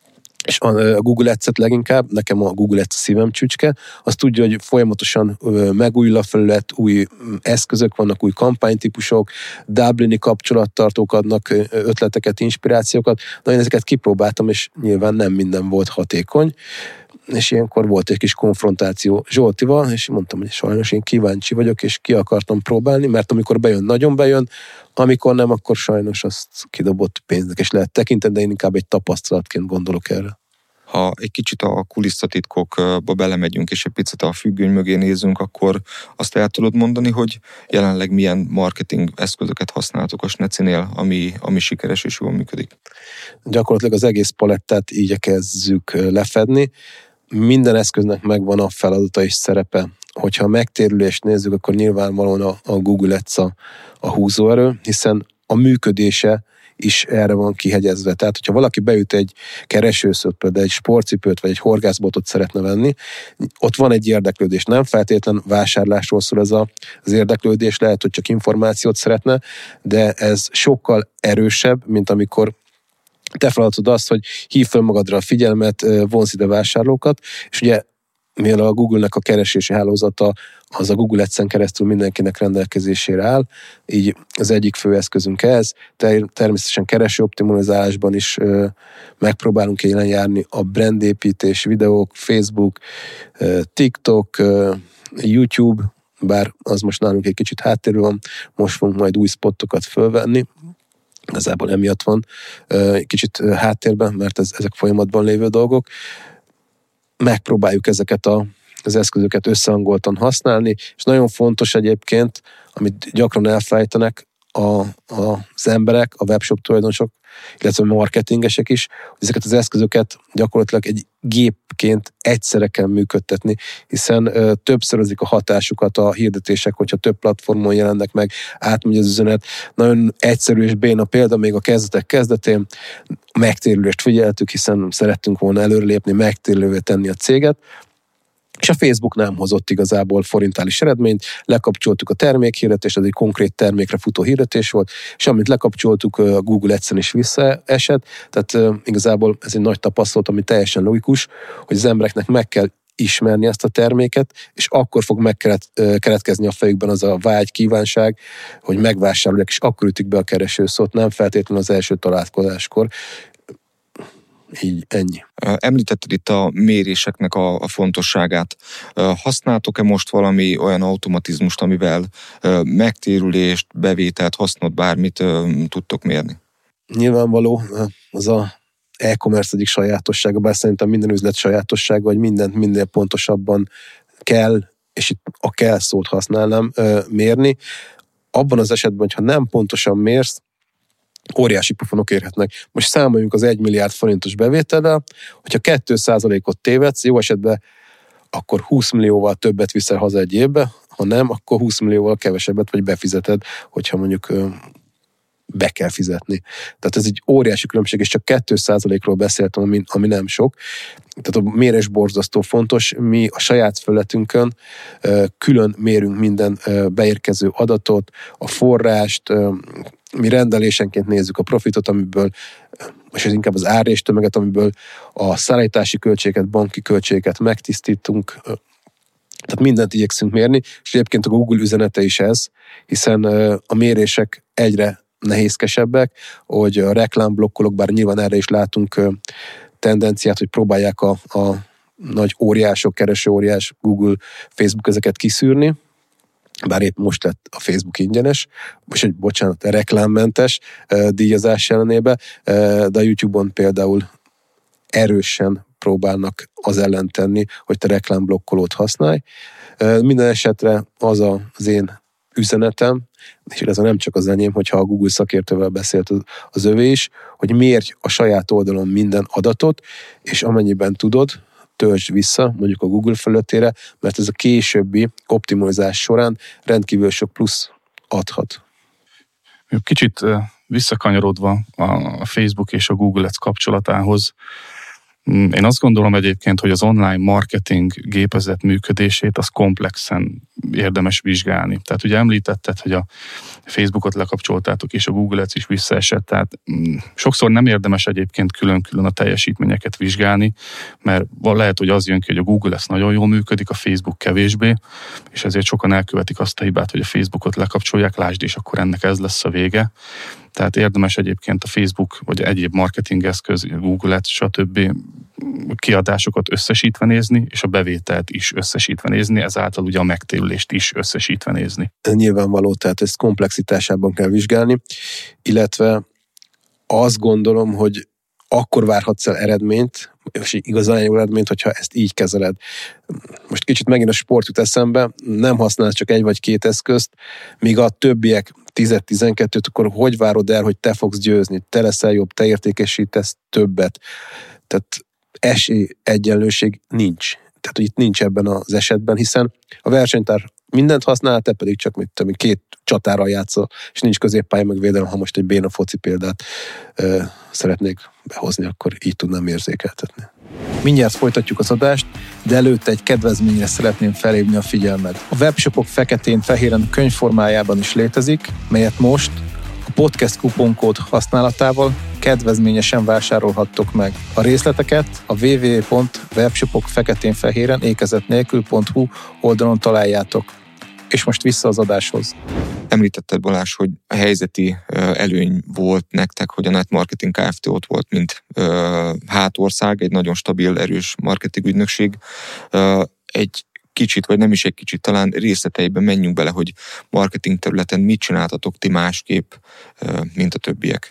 és a Google Ads-et leginkább, nekem a Google Ads szívem csücske, azt tudja, hogy folyamatosan megújul a felület, új eszközök vannak, új kampánytípusok, dublini kapcsolattartók adnak ötleteket, inspirációkat. Na, én ezeket kipróbáltam, és nyilván nem minden volt hatékony, és ilyenkor volt egy kis konfrontáció Zsoltival, és mondtam, hogy sajnos én kíváncsi vagyok, és ki akartam próbálni, mert amikor bejön, nagyon bejön, amikor nem, akkor sajnos azt kidobott pénznek, és lehet tekinteni, de én inkább egy tapasztalatként gondolok erre. Ha egy kicsit a kulisszatitkokba belemegyünk, és egy picit a függöny mögé nézzünk, akkor azt el tudod mondani, hogy jelenleg milyen marketing eszközöket használtok a Snecinél, ami sikeres és jól működik? Gyakorlatilag az egész palettát igyekezzük lefedni. Minden eszköznek megvan a feladata és szerepe. Hogyha a megtérülést nézzük, akkor nyilvánvalóan a Google Ads a húzóerő, hiszen a működése is erre van kihegyezve. Tehát, hogyha valaki beüt egy keresőszót, például egy sportcipőt, vagy egy horgászbotot szeretne venni, ott van egy érdeklődés. Nem feltétlen vásárlásról szól ez az érdeklődés, lehet, hogy csak információt szeretne, de ez sokkal erősebb, mint amikor te feladatod azt, hogy hív fel magadra a figyelmet, vonz ide vásárlókat, és ugye mivel a Google-nek a keresési hálózata az a Google Ads-en keresztül mindenkinek rendelkezésére áll, így az egyik fő eszközünk ez. Természetesen kereső optimalizálásban is megpróbálunk élen járni, a brandépítés, videók, Facebook, TikTok, YouTube, bár az most nálunk egy kicsit háttérül van, most fogunk majd új spottokat fölvenni, igazából emiatt van egy kicsit háttérben, mert ezek folyamatban lévő dolgok. Megpróbáljuk ezeket az eszközöket összehangoltan használni, és nagyon fontos egyébként, amit gyakran elfelejtenek az emberek, a webshop tulajdonosok, illetve a marketingesek is, hogy ezeket az eszközöket gyakorlatilag egy gépként egyszerre kell működtetni, hiszen többszörözik a hatásukat a hirdetések, hogyha több platformon jelennek meg, átmegy az üzenet. Nagyon egyszerű és béna példa még a kezdetek kezdetén, megtérülést figyeltük, hiszen szerettünk volna előrelépni, megtérülővé tenni a céget, és a Facebook nem hozott igazából forintális eredményt, lekapcsoltuk a termékhirdetést, ez egy konkrét termékre futó hirdetés volt, és amint lekapcsoltuk, a Google Ads-en is visszaesett, tehát igazából ez egy nagy tapasztalat, ami teljesen logikus, hogy az embereknek meg kell ismerni ezt a terméket, és akkor fog megkeretkezni a fejükben az a vágy, kívánság, hogy megvásárolják, és akkor ütik be a keresőszót, nem feltétlenül az első találkozáskor. Így ennyi. Említetted itt a méréseknek a fontosságát. Használtok-e most valami olyan automatizmust, amivel megtérülést, bevételt, hasznot, bármit tudtok mérni? Nyilvánvaló, az a e-commerce egyik sajátossága, bár szerintem minden üzlet sajátossága, hogy mindent minél pontosabban kell, és itt a kell szót használnám, mérni. Abban az esetben, hogyha nem pontosan mérsz, óriási pofonok érhetnek. Most számoljunk az 1 milliárd forintos bevétellel, hogyha 2%-ot tévedsz, jó esetben akkor 20 millióval többet viszel haza egy évbe, ha nem, akkor 20 millióval kevesebbet, vagy befizeted, hogyha mondjuk be kell fizetni. Tehát ez egy óriási különbség, és csak 2%-ról beszéltem, ami nem sok. Tehát a mérés borzasztó fontos. Mi a saját felületünkön külön mérünk minden beérkező adatot, a forrást, mi rendelésenként nézzük a profitot, amiből, és ez inkább az árréstömeget, amiből a szállítási költségeket, banki költségeket megtisztítunk, tehát mindent igyekszünk mérni, és egyébként a Google üzenete is ez, hiszen a mérések egyre nehézkesebbek, hogy a reklámblokkolók, bár nyilván erre is látunk tendenciát, hogy próbálják a nagy óriások, kereső óriás, Google, Facebook ezeket kiszűrni, bár épp most lett a Facebook ingyenes, vagy bocsánat, reklámmentes díjazás ellenében, de a YouTube-on például erősen próbálnak az ellen tenni, hogy te reklámblokkolót használj. Minden esetre az az én üzenetem, és ez nem csak az enyém, hogyha a Google szakértővel beszélt az övé is, hogy mérj a saját oldalon minden adatot, és amennyiben tudod, töltsd vissza mondjuk a Google felületére, mert ez a későbbi optimalizás során rendkívül sok plusz adhat. Kicsit visszakanyarodva a Facebook és a Google Ads kapcsolatához, Én azt gondolom egyébként, hogy az online marketing gépezet működését az komplexen érdemes vizsgálni. Tehát ugye említetted, hogy a Facebookot lekapcsoltátok, és a Google Ads is visszaesett, tehát sokszor nem érdemes egyébként külön-külön a teljesítményeket vizsgálni, mert lehet, hogy az jön ki, hogy a Google Ads nagyon jól működik, a Facebook kevésbé, és ezért sokan elkövetik azt a hibát, hogy a Facebookot lekapcsolják, lásd, és akkor ennek ez lesz a vége. Tehát érdemes egyébként a Facebook, vagy egyéb marketingeszköz, Google Ads, stb. Kiadásokat összesítve nézni, és a bevételt is összesítve nézni, ezáltal ugye a megtérülést is összesítve nézni. Nyilvánvaló, tehát ezt komplexitásában kell vizsgálni, illetve azt gondolom, hogy akkor várhatsz el eredményt, és igazán jó eredményt, hogyha ezt így kezeled. Most kicsit megint a sport jut eszembe, nem használsz csak egy vagy két eszközt, míg a többiek 10-12-t, akkor hogy várod el, hogy te fogsz győzni, te leszel jobb, te értékesítesz többet. Tehát esélyegyenlőség nincs. Tehát, hogy itt nincs ebben az esetben, hiszen a versenytár mindent használ, te pedig csak két csatárral játszol, és nincs középpálya meg védelem. Ha most egy béna foci példát szeretnék behozni, akkor így tudnám érzékeltetni. Mindjárt folytatjuk az adást, de előtte egy kedvezményre szeretném felhívni a figyelmed. A webshopok feketén-fehéren könyvformájában is létezik, melyet most a podcast kuponkód használatával kedvezményesen vásárolhattok meg. A részleteket a www.webshopokfeketén-fehéren ékezetnélkül.hu oldalon találjátok. És most vissza az adáshoz. Említetted, Balázs, hogy a helyzeti előny volt nektek, hogy a Net Marketing Kft. Ott volt, mint hátország, egy nagyon stabil, erős marketing ügynökség. Egy kicsit, vagy nem is egy kicsit, talán részleteiben menjünk bele, hogy marketing területen mit csináltatok ti másképp, mint a többiek.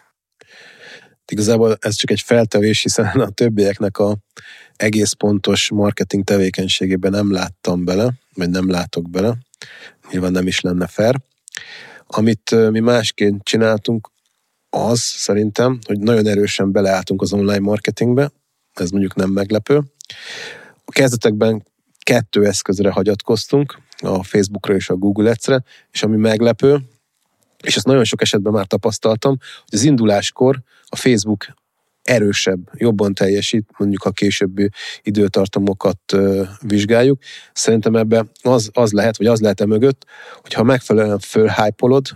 Igazából ez csak egy feltevés, hiszen a többieknek a egész pontos marketing tevékenységében nem láttam bele, vagy nem látok bele. Nyilván nem is lenne fair. Amit mi másként csináltunk, az szerintem, hogy nagyon erősen beleálltunk az online marketingbe, ez mondjuk nem meglepő. A kezdetekben 2 eszközre hagyatkoztunk, a Facebookra és a Google Ads-re, és ami meglepő, és ezt nagyon sok esetben már tapasztaltam, hogy az induláskor a Facebook erősebb, jobban teljesít, mondjuk a későbbi időtartamokat vizsgáljuk. Szerintem ebben az lehet mögött, hogyha megfelelően fölhypolod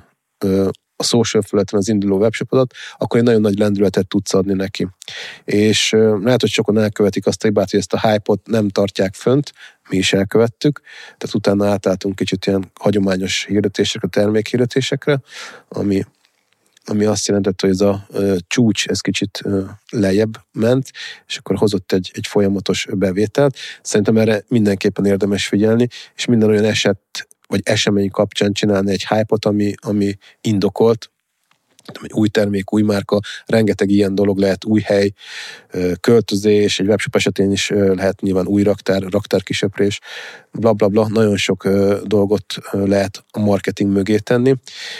a social felületen az induló webshopodat, akkor egy nagyon nagy lendületet tudsz adni neki. És lehet, hogy sokan elkövetik azt a hibát, hogy ezt a hype-ot nem tartják fönt, mi is elkövettük, tehát utána átálltunk kicsit ilyen hagyományos hirdetésekre, termékhirdetésekre, ami azt jelentette, hogy ez a csúcs, ez kicsit lejjebb ment, és akkor hozott egy folyamatos bevételt. Szerintem erre mindenképpen érdemes figyelni, és minden olyan eset, vagy esemény kapcsán csinálni egy hype-ot, ami indokolt, egy új termék, új márka, rengeteg ilyen dolog lehet, új hely, költözés, egy webshop esetén is lehet nyilván új raktárkisöprés, blablabla, nagyon sok dolgot lehet a marketing mögé tenni.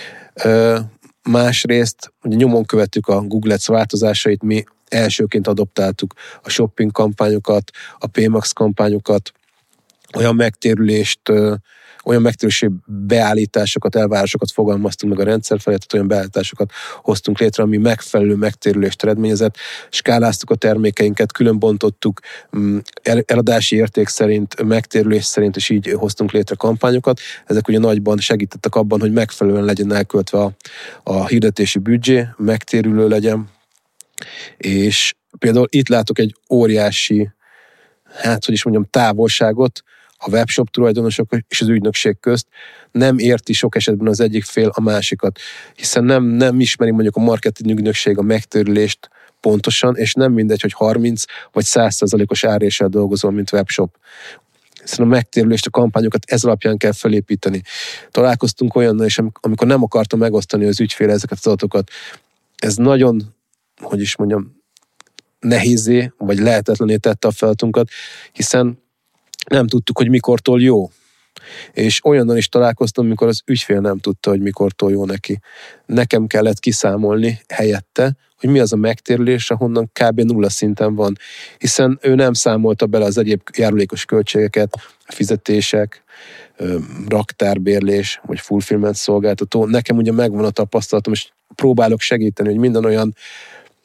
Másrészt, ugye nyomon követtük a Google Ads változásait, mi elsőként adoptáltuk a shopping kampányokat, a PMax kampányokat, olyan megtérülési beállításokat, elvárásokat fogalmaztunk meg a rendszer felé, tehát olyan beállításokat hoztunk létre, ami megfelelő megtérülést eredményezett, skáláztuk a termékeinket, különbontottuk eladási érték szerint, megtérülés szerint, és így hoztunk létre kampányokat. Ezek ugye nagyban segítettek abban, hogy megfelelően legyen elköltve a hirdetési büdzsé, megtérülő legyen, és például itt látok egy óriási, távolságot a webshop tulajdonosok és az ügynökség közt. Nem érti sok esetben az egyik fél a másikat, hiszen nem ismeri mondjuk a marketing ügynökség a megtérülést pontosan, és nem mindegy, hogy 30 vagy 100%-os áréssel dolgozol, mint webshop. Hiszen a megtérülést, a kampányokat ez alapján kell felépíteni. Találkoztunk olyannal, és amikor nem akarta megosztani az ügyfél ezeket az adatokat, ez nagyon, nehézé, vagy lehetetlené tette a feladatunkat, hiszen nem tudtuk, hogy mikortól jó. És olyannal is találkoztam, amikor az ügyfél nem tudta, hogy mikortól jó neki. Nekem kellett kiszámolni helyette, hogy mi az a megtérülés, ahonnan kb. 0 szinten van. Hiszen ő nem számolta bele az egyéb járulékos költségeket, fizetések, raktárbérlés, vagy fulfillment szolgáltató. Nekem ugye megvan a tapasztalatom, és próbálok segíteni, hogy minden olyan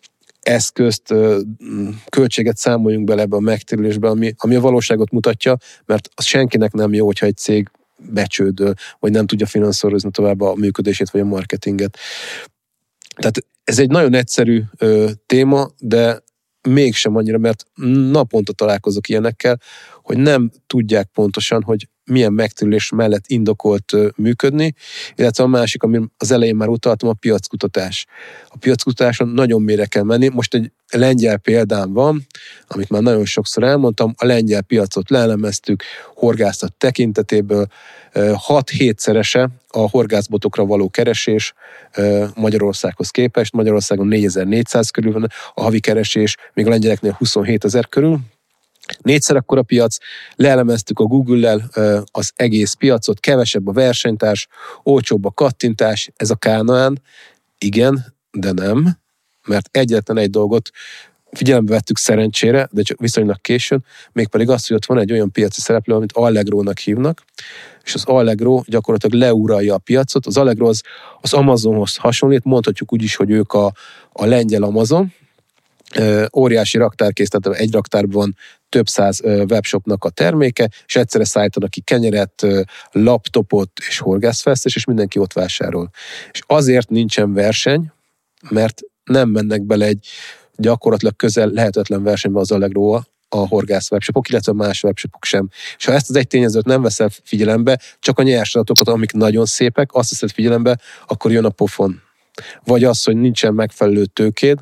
eszközt, költséget számoljunk bele ebbe a megtérülésbe, ami a valóságot mutatja, mert az senkinek nem jó, hogyha egy cég becsődöl, vagy nem tudja finanszírozni tovább a működését, vagy a marketinget. Tehát ez egy nagyon egyszerű téma, de mégsem annyira, mert naponta találkozok ilyenekkel, hogy nem tudják pontosan, hogy milyen megtérülés mellett indokolt működni, illetve a másik, ami az elején már utaltam, a piackutatás. A piackutatáson nagyon mélyre kell menni. Most egy lengyel példám van, amit már nagyon sokszor elmondtam, a lengyel piacot leelemeztük horgászat tekintetéből, 6-7-szerese a horgászbotokra való keresés Magyarországhoz képest. Magyarországon 4400 körül van a havi keresés, még a lengyeleknél 27 000 körül. 4-szer akkora piac, leelemeztük a Google-lel az egész piacot, kevesebb a versenytárs, olcsóbb a kattintás, ez a Kánaán. Igen, de nem, mert egyetlen egy dolgot figyelembe vettük szerencsére, de csak viszonylag későn, mégpedig az, hogy ott van egy olyan piaci szereplő, amit Allegro-nak hívnak, és az Allegro gyakorlatilag leuralja a piacot. Az Allegro az Amazonhoz hasonlít, mondhatjuk úgy is, hogy ők a lengyel Amazon, óriási raktárkészlet, egy raktárban van több száz webshopnak a terméke, és egyszerre szállítanak ki kenyeret, laptopot és horgászfesztést, és mindenki ott vásárol. És azért nincsen verseny, mert nem mennek bele egy gyakorlatilag közel lehetetlen versenybe az Allegro a horgász webshopok, illetve más webshopok sem. És ha ezt az egy tényezőt nem veszel figyelembe, csak a nyers adatokat, amik nagyon szépek, azt veszed figyelembe, akkor jön a pofon. Vagy az, hogy nincsen megfelelő tőkéd,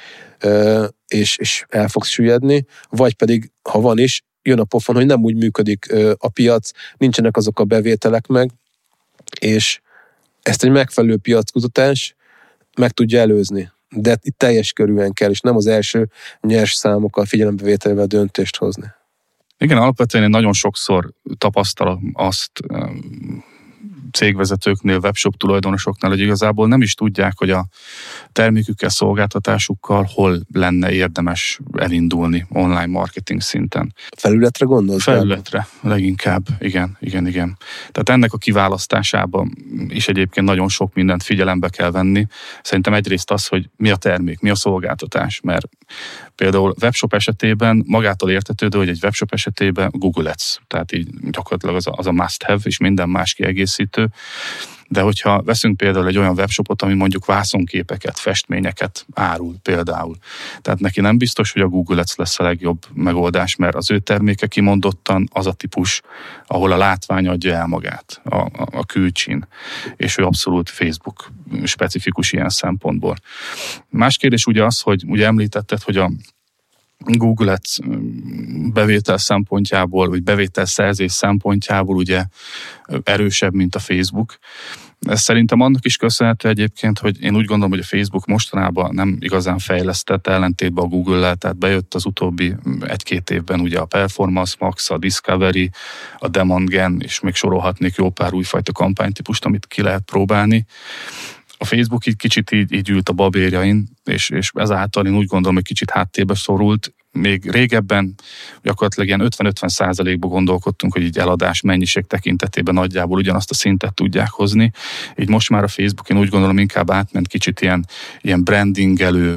és el fogsz süllyedni, vagy pedig, ha van is, jön a pofon, hogy nem úgy működik a piac, nincsenek azok a bevételek meg, és ezt egy megfelelő piackutatás meg tudja előzni. De itt teljes körűen kell, és nem az első nyers számokkal figyelembevételével döntést hozni. Igen, alapvetően én nagyon sokszor tapasztalom azt cégvezetőknél, webshop tulajdonosoknál, hogy igazából nem is tudják, hogy a termékükkel, szolgáltatásukkal hol lenne érdemes elindulni online marketing szinten. Felületre gondolsz? Felületre, leginkább. Igen. Tehát ennek a kiválasztásában is egyébként nagyon sok mindent figyelembe kell venni. Szerintem egyrészt az, hogy mi a termék, mi a szolgáltatás, mert például webshop esetében magától értetődő, hogy egy webshop esetében Google Ads, tehát így gyakorlatilag az a must have, és minden más kiegészítő. De hogyha veszünk például egy olyan webshopot, ami mondjuk vászonképeket, festményeket árul például, tehát neki nem biztos, hogy a Google Ads lesz a legjobb megoldás, mert az ő terméke kimondottan az a típus, ahol a látvány adja el magát, a külcsin, és ő abszolút Facebook specifikus ilyen szempontból. Más kérdés ugye az, hogy ugye említetted, hogy a Google Ads bevétel szempontjából, vagy bevételszerzés szempontjából ugye erősebb, mint a Facebook. Ez szerintem annak is köszönhető egyébként, hogy én úgy gondolom, hogy a Facebook mostanában nem igazán fejlesztett ellentétben a Google-lel, tehát bejött az utóbbi 1-2 évben ugye a Performance Max, a Discovery, a Demand Gen, és még sorolhatnék jó pár újfajta kampánytípust, amit ki lehet próbálni. A Facebook így kicsit így ült a babérjain, és ezáltal én úgy gondolom, hogy kicsit háttérbe szorult. Még régebben gyakorlatilag ilyen 50-50%-ba gondolkodtunk, hogy így eladás mennyiség tekintetében nagyjából ugyanazt a szintet tudják hozni. Így most már a Facebook, én úgy gondolom, inkább átment kicsit ilyen brandingelő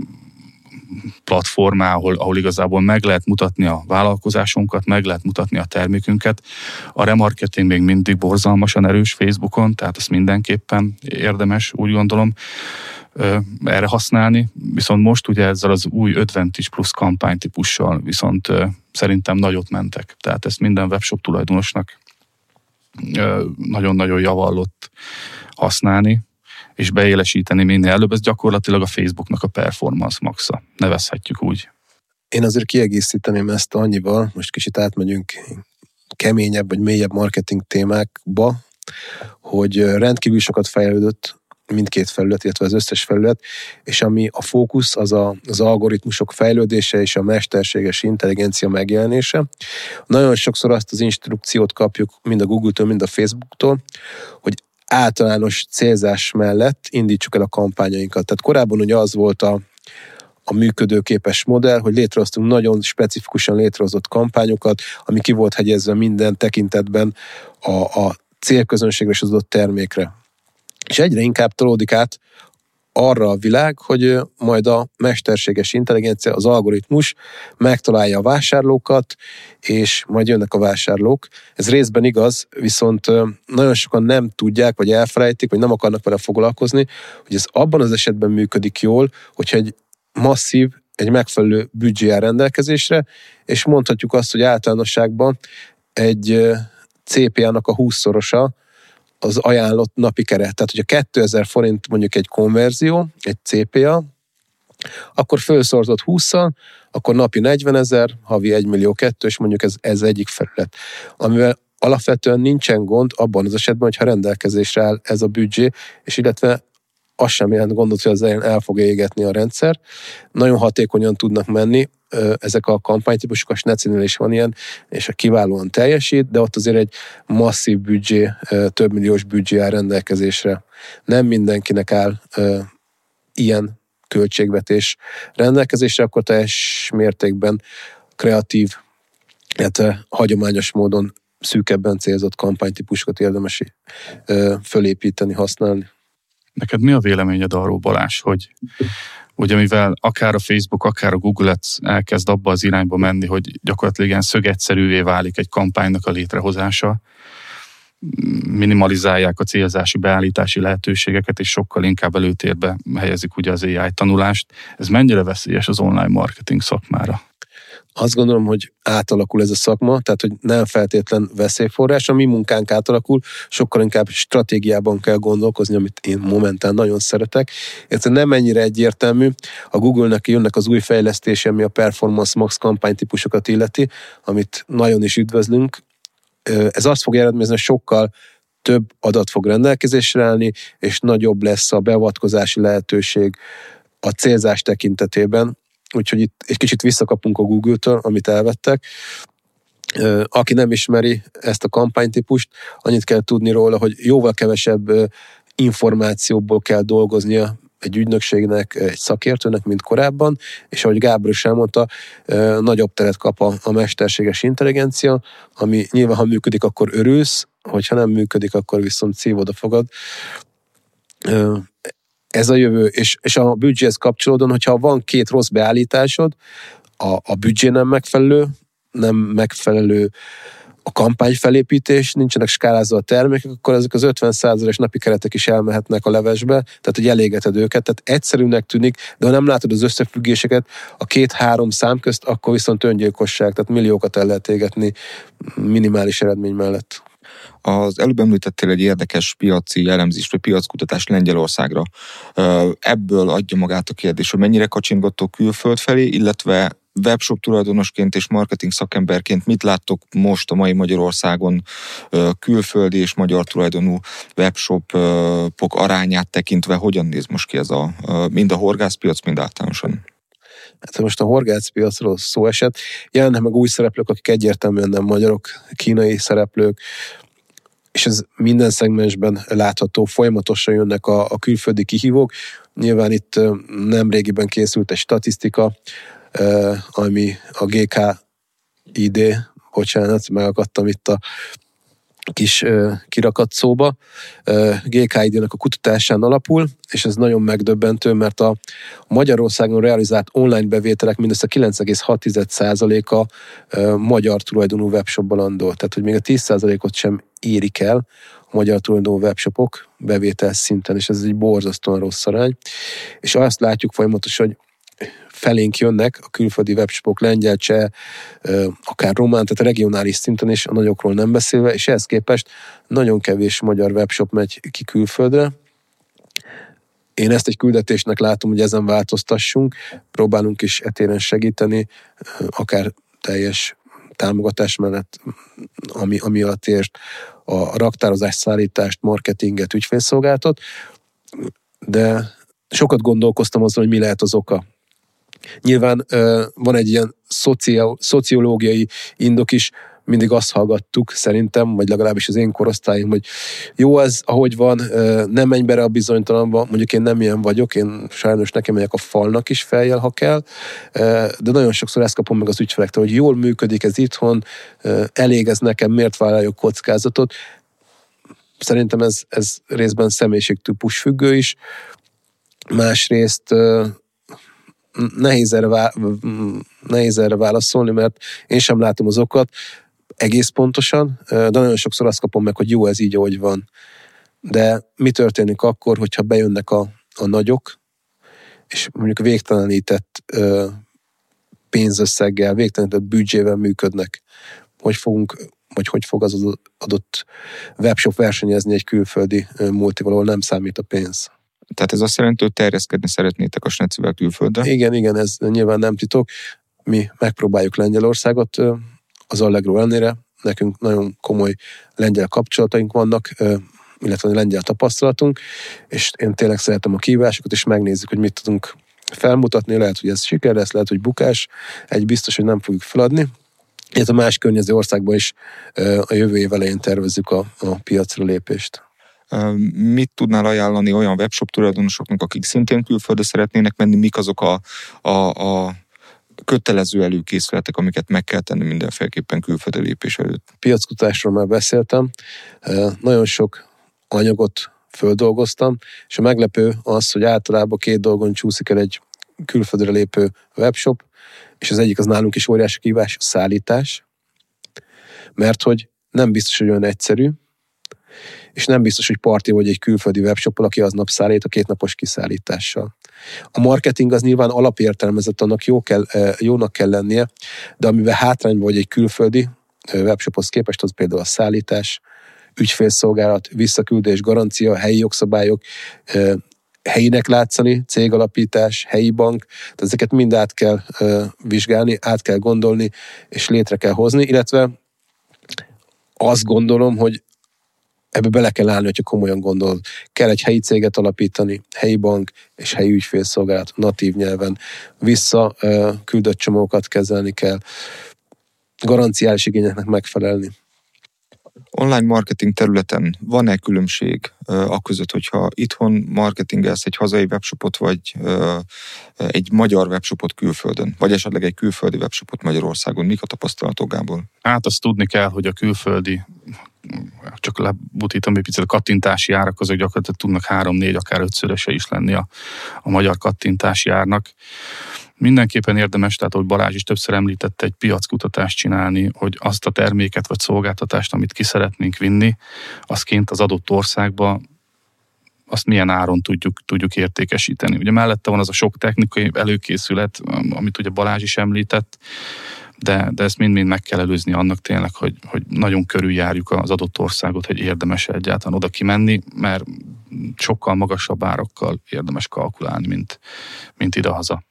platformá, ahol igazából meg lehet mutatni a vállalkozásunkat, meg lehet mutatni a termékünket. A remarketing még mindig borzalmasan erős Facebookon, tehát ezt mindenképpen érdemes, úgy gondolom, erre használni. Viszont most ugye ezzel az új Advantage Plus kampánytípussal viszont szerintem nagyot mentek. Tehát ezt minden webshop tulajdonosnak nagyon-nagyon javallott használni, és beélesíteni minél előbb. Ez gyakorlatilag a Facebooknak a Performance Maxa. Nevezhetjük úgy. Én azért kiegészíteném ezt annyival, most kicsit átmegyünk keményebb vagy mélyebb marketing témákba, hogy rendkívül sokat fejlődött mindkét felület, illetve az összes felület, és ami a fókusz, az algoritmusok fejlődése és a mesterséges intelligencia megjelenése. Nagyon sokszor azt az instrukciót kapjuk mind a Google-től, mind a Facebook-tól, hogy általános célzás mellett indítsuk el a kampányainkat. Tehát korábban ugye az volt a működőképes modell, hogy létrehoztunk nagyon specifikusan létrehozott kampányokat, ami ki volt hegyezve minden tekintetben a célközönségre és az adott termékre. És egyre inkább tolódik át arra a világ, hogy majd a mesterséges intelligencia, az algoritmus megtalálja a vásárlókat, és majd jönnek a vásárlók. Ez részben igaz, viszont nagyon sokan nem tudják, vagy elfelejtik, vagy nem akarnak vele foglalkozni, hogy ez abban az esetben működik jól, hogyha egy masszív, egy megfelelő büdzsé áll rendelkezésre, és mondhatjuk azt, hogy általánosságban egy CPA-nak a 20-szorosa az ajánlott napi keret. Tehát, hogyha 2000 forint mondjuk egy konverzió, egy CPA, akkor fölszorzott 20-szal, akkor napi 40 000, havi 1,2 millió, és mondjuk ez egyik felület. Amivel alapvetően nincsen gond abban az esetben, hogyha rendelkezésre áll ez a büdzsé, és illetve az sem jelent gondot, hogy az elején el fogja égetni a rendszer. Nagyon hatékonyan tudnak menni ezek a kampánytípusok, a Snecinél is van ilyen, és kiválóan teljesít, de ott azért egy masszív büdzsé, több milliós büdzsé áll rendelkezésre. Nem mindenkinek áll ilyen költségvetés rendelkezésre, akkor teljes mértékben kreatív, illetve hagyományos módon szűkebben célzott kampánytípusokat érdemes fölépíteni, használni. Neked mi a véleményed arról, Balázs, hogy ugye mivel akár a Facebook, akár a Google Ads elkezd abba az irányba menni, hogy gyakorlatilag ilyen szögegyszerűvé válik egy kampánynak a létrehozása, minimalizálják a célzási, beállítási lehetőségeket, és sokkal inkább előtérbe helyezik ugye az AI tanulást. Ez mennyire veszélyes az online marketing szakmára? Azt gondolom, hogy átalakul ez a szakma, tehát hogy nem feltétlen veszélyforrás, a mi munkánk átalakul, sokkal inkább stratégiában kell gondolkozni, amit én momentán nagyon szeretek. Ez nem ennyire egyértelmű. A Google-nek jönnek az új fejlesztése, ami a Performance Max kampánytípusokat illeti, amit nagyon is üdvözlünk. Ez azt fog eredményezni, hogy sokkal több adat fog rendelkezésre állni, és nagyobb lesz a beavatkozási lehetőség a célzás tekintetében. Úgyhogy itt egy kicsit visszakapunk a Google-től, amit elvettek. Aki nem ismeri ezt a kampánytípust, annyit kell tudni róla, hogy jóval kevesebb információból kell dolgoznia egy ügynökségnek, egy szakértőnek, mint korábban, és ahogy Gábor is elmondta, nagyobb teret kap a mesterséges intelligencia, ami nyilván, ha működik, akkor örülsz, hogyha nem működik, akkor viszont szívod a fogad. Ez a jövő, és a büdzséhez kapcsolódóan, hogyha van két rossz beállításod, a büdzsé nem megfelelő a kampányfelépítés, nincsenek skálázva a termékek, akkor ezek az 50%-os napi keretek is elmehetnek a levesbe, tehát hogy elégeted őket, tehát egyszerűnek tűnik, de ha nem látod az összefüggéseket a 2-3 szám közt, akkor viszont öngyilkosság, tehát milliókat el lehet égetni minimális eredmény mellett. Az előbb említettél egy érdekes piaci elemzést, vagy piackutatást Lengyelországra. Ebből adja magát a kérdés, hogy mennyire kacsintgattok külföld felé, illetve webshop tulajdonosként és marketing szakemberként mit láttok most a mai Magyarországon külföldi és magyar tulajdonú webshopok arányát tekintve, hogyan néz most ki ez mind a horgászpiac, mind általánosan? Hát most a horgászpiacról szó esett, jelennek meg új szereplők, akik egyértelműen nem magyarok, kínai szereplők, és ez minden szegmensben látható, folyamatosan jönnek a külföldi kihívók. Nyilván itt nemrégiben készült egy statisztika, ami a GKID, bocsánat, megakadtam itt a kis kirakat szóba, GKID-nek a kutatásán alapul, és ez nagyon megdöbbentő, mert a Magyarországon realizált online bevételek mindössze 9,6%-a magyar tulajdonú webshopban landol. Tehát, hogy még a 10%-ot sem érik el a magyar tulajdonú webshopok bevétel szinten, és ez egy borzasztóan rossz arány. És azt látjuk folyamatosan, hogy felénk jönnek a külföldi webshopok, lengyel, cseh, akár román, tehát regionális szinten is, a nagyokról nem beszélve, és ehhez képest nagyon kevés magyar webshop megy ki külföldre. Én ezt egy küldetésnek látom, hogy ezen változtassunk, próbálunk is etéren segíteni, akár teljes támogatás mellett, ami alatt ért a raktározás, szállítást, marketinget, ügyfélszolgáltat, de sokat gondolkoztam azon, hogy mi lehet az oka. Nyilván van egy ilyen szociológiai indok is, mindig azt hallgattuk szerintem, vagy legalábbis az én korosztályom, hogy jó ez, ahogy van, nem menj bele a bizonytalanba, mondjuk én nem ilyen vagyok, én sajnos nekem megyek a falnak is feljel, ha kell, de nagyon sokszor ezt kapom meg az ügyfelektől, hogy jól működik ez itthon, elég ez nekem, miért vállaljak kockázatot. Szerintem ez részben személyiségtípus függő is. Másrészt nehéz erre válaszolni, mert én sem látom az okat egész pontosan, de nagyon sokszor azt kapom meg, hogy jó, ez így, ahogy van. De mi történik akkor, hogyha bejönnek a nagyok, és mondjuk végtelenített pénzösszeggel, végtelenített büdzsével működnek? Hogy fog az adott webshop versenyezni egy külföldi multival, ahol nem számít a pénz? Tehát ez azt jelenti, hogy terjeszkedni szeretnétek a Snecivel külföldre? Igen, ez nyilván nem titok. Mi megpróbáljuk Lengyelországot, az Allegro ellenére. Nekünk nagyon komoly lengyel kapcsolataink vannak, illetve lengyel tapasztalatunk, és én tényleg szeretem a kihívásokat, és megnézzük, hogy mit tudunk felmutatni. Lehet, hogy ez siker lesz, lehet, hogy bukás. Egy biztos, hogy nem fogjuk feladni. Illetve más környező országban is a jövő év elején tervezzük a piacra lépést. Mit tudnál ajánlani olyan webshop tulajdonosoknak, akik szintén külföldre szeretnének menni, mik azok a kötelező előkészületek, amiket meg kell tenni mindenféleképpen külföldre lépés előtt? Piackutatásról már beszéltem, nagyon sok anyagot földolgoztam, és a meglepő az, hogy általában 2 dolgon csúszik el egy külföldre lépő webshop, és az egyik az nálunk is óriási kihívás, a szállítás, mert hogy nem biztos, hogy olyan egyszerű, és nem biztos, hogy parti vagy egy külföldi webshop-al, aki aznap szállít a 2 napos kiszállítással. A marketing az nyilván alapértelmezett, annak jónak kell lennie, de amivel hátrányban vagy egy külföldi webshophoz képest, az például a szállítás, ügyfélszolgálat, visszaküldés, garancia, helyi jogszabályok, helyinek látszani, cégalapítás, helyi bank, tehát ezeket mind át kell vizsgálni, át kell gondolni, és létre kell hozni, illetve azt gondolom, hogy ebbe bele kell állni, hogyha komolyan gondolod. Kell egy helyi céget alapítani, helyi bank és helyi ügyfélszolgálat natív nyelven. Küldött csomagokat kezelni kell, garanciális igényeknek megfelelni. Online marketing területen van-e különbség aközött, hogyha itthon marketingelsz egy hazai webshopot, vagy egy magyar webshopot külföldön, vagy esetleg egy külföldi webshopot Magyarországon? Mik a tapasztalatok, Gábor? Hát azt tudni kell, hogy a külföldi, csak lebutítom egy picit, a kattintási árak azok gyakorlatilag tudnak 3-4, akár 5-szöröse is lenni a magyar kattintási árnak. Mindenképpen érdemes, tehát ahogy Balázs is többször említette, egy piackutatást csinálni, hogy azt a terméket vagy szolgáltatást, amit ki szeretnénk vinni, azt kint az adott országba, azt milyen áron tudjuk értékesíteni. Ugye mellette van az a sok technikai előkészület, amit ugye Balázs is említett, de ezt mind-mind meg kell előzni annak tényleg, hogy nagyon körüljárjuk az adott országot, hogy érdemes egyáltalán oda kimenni, mert sokkal magasabb árakkal érdemes kalkulálni, mint idehaza.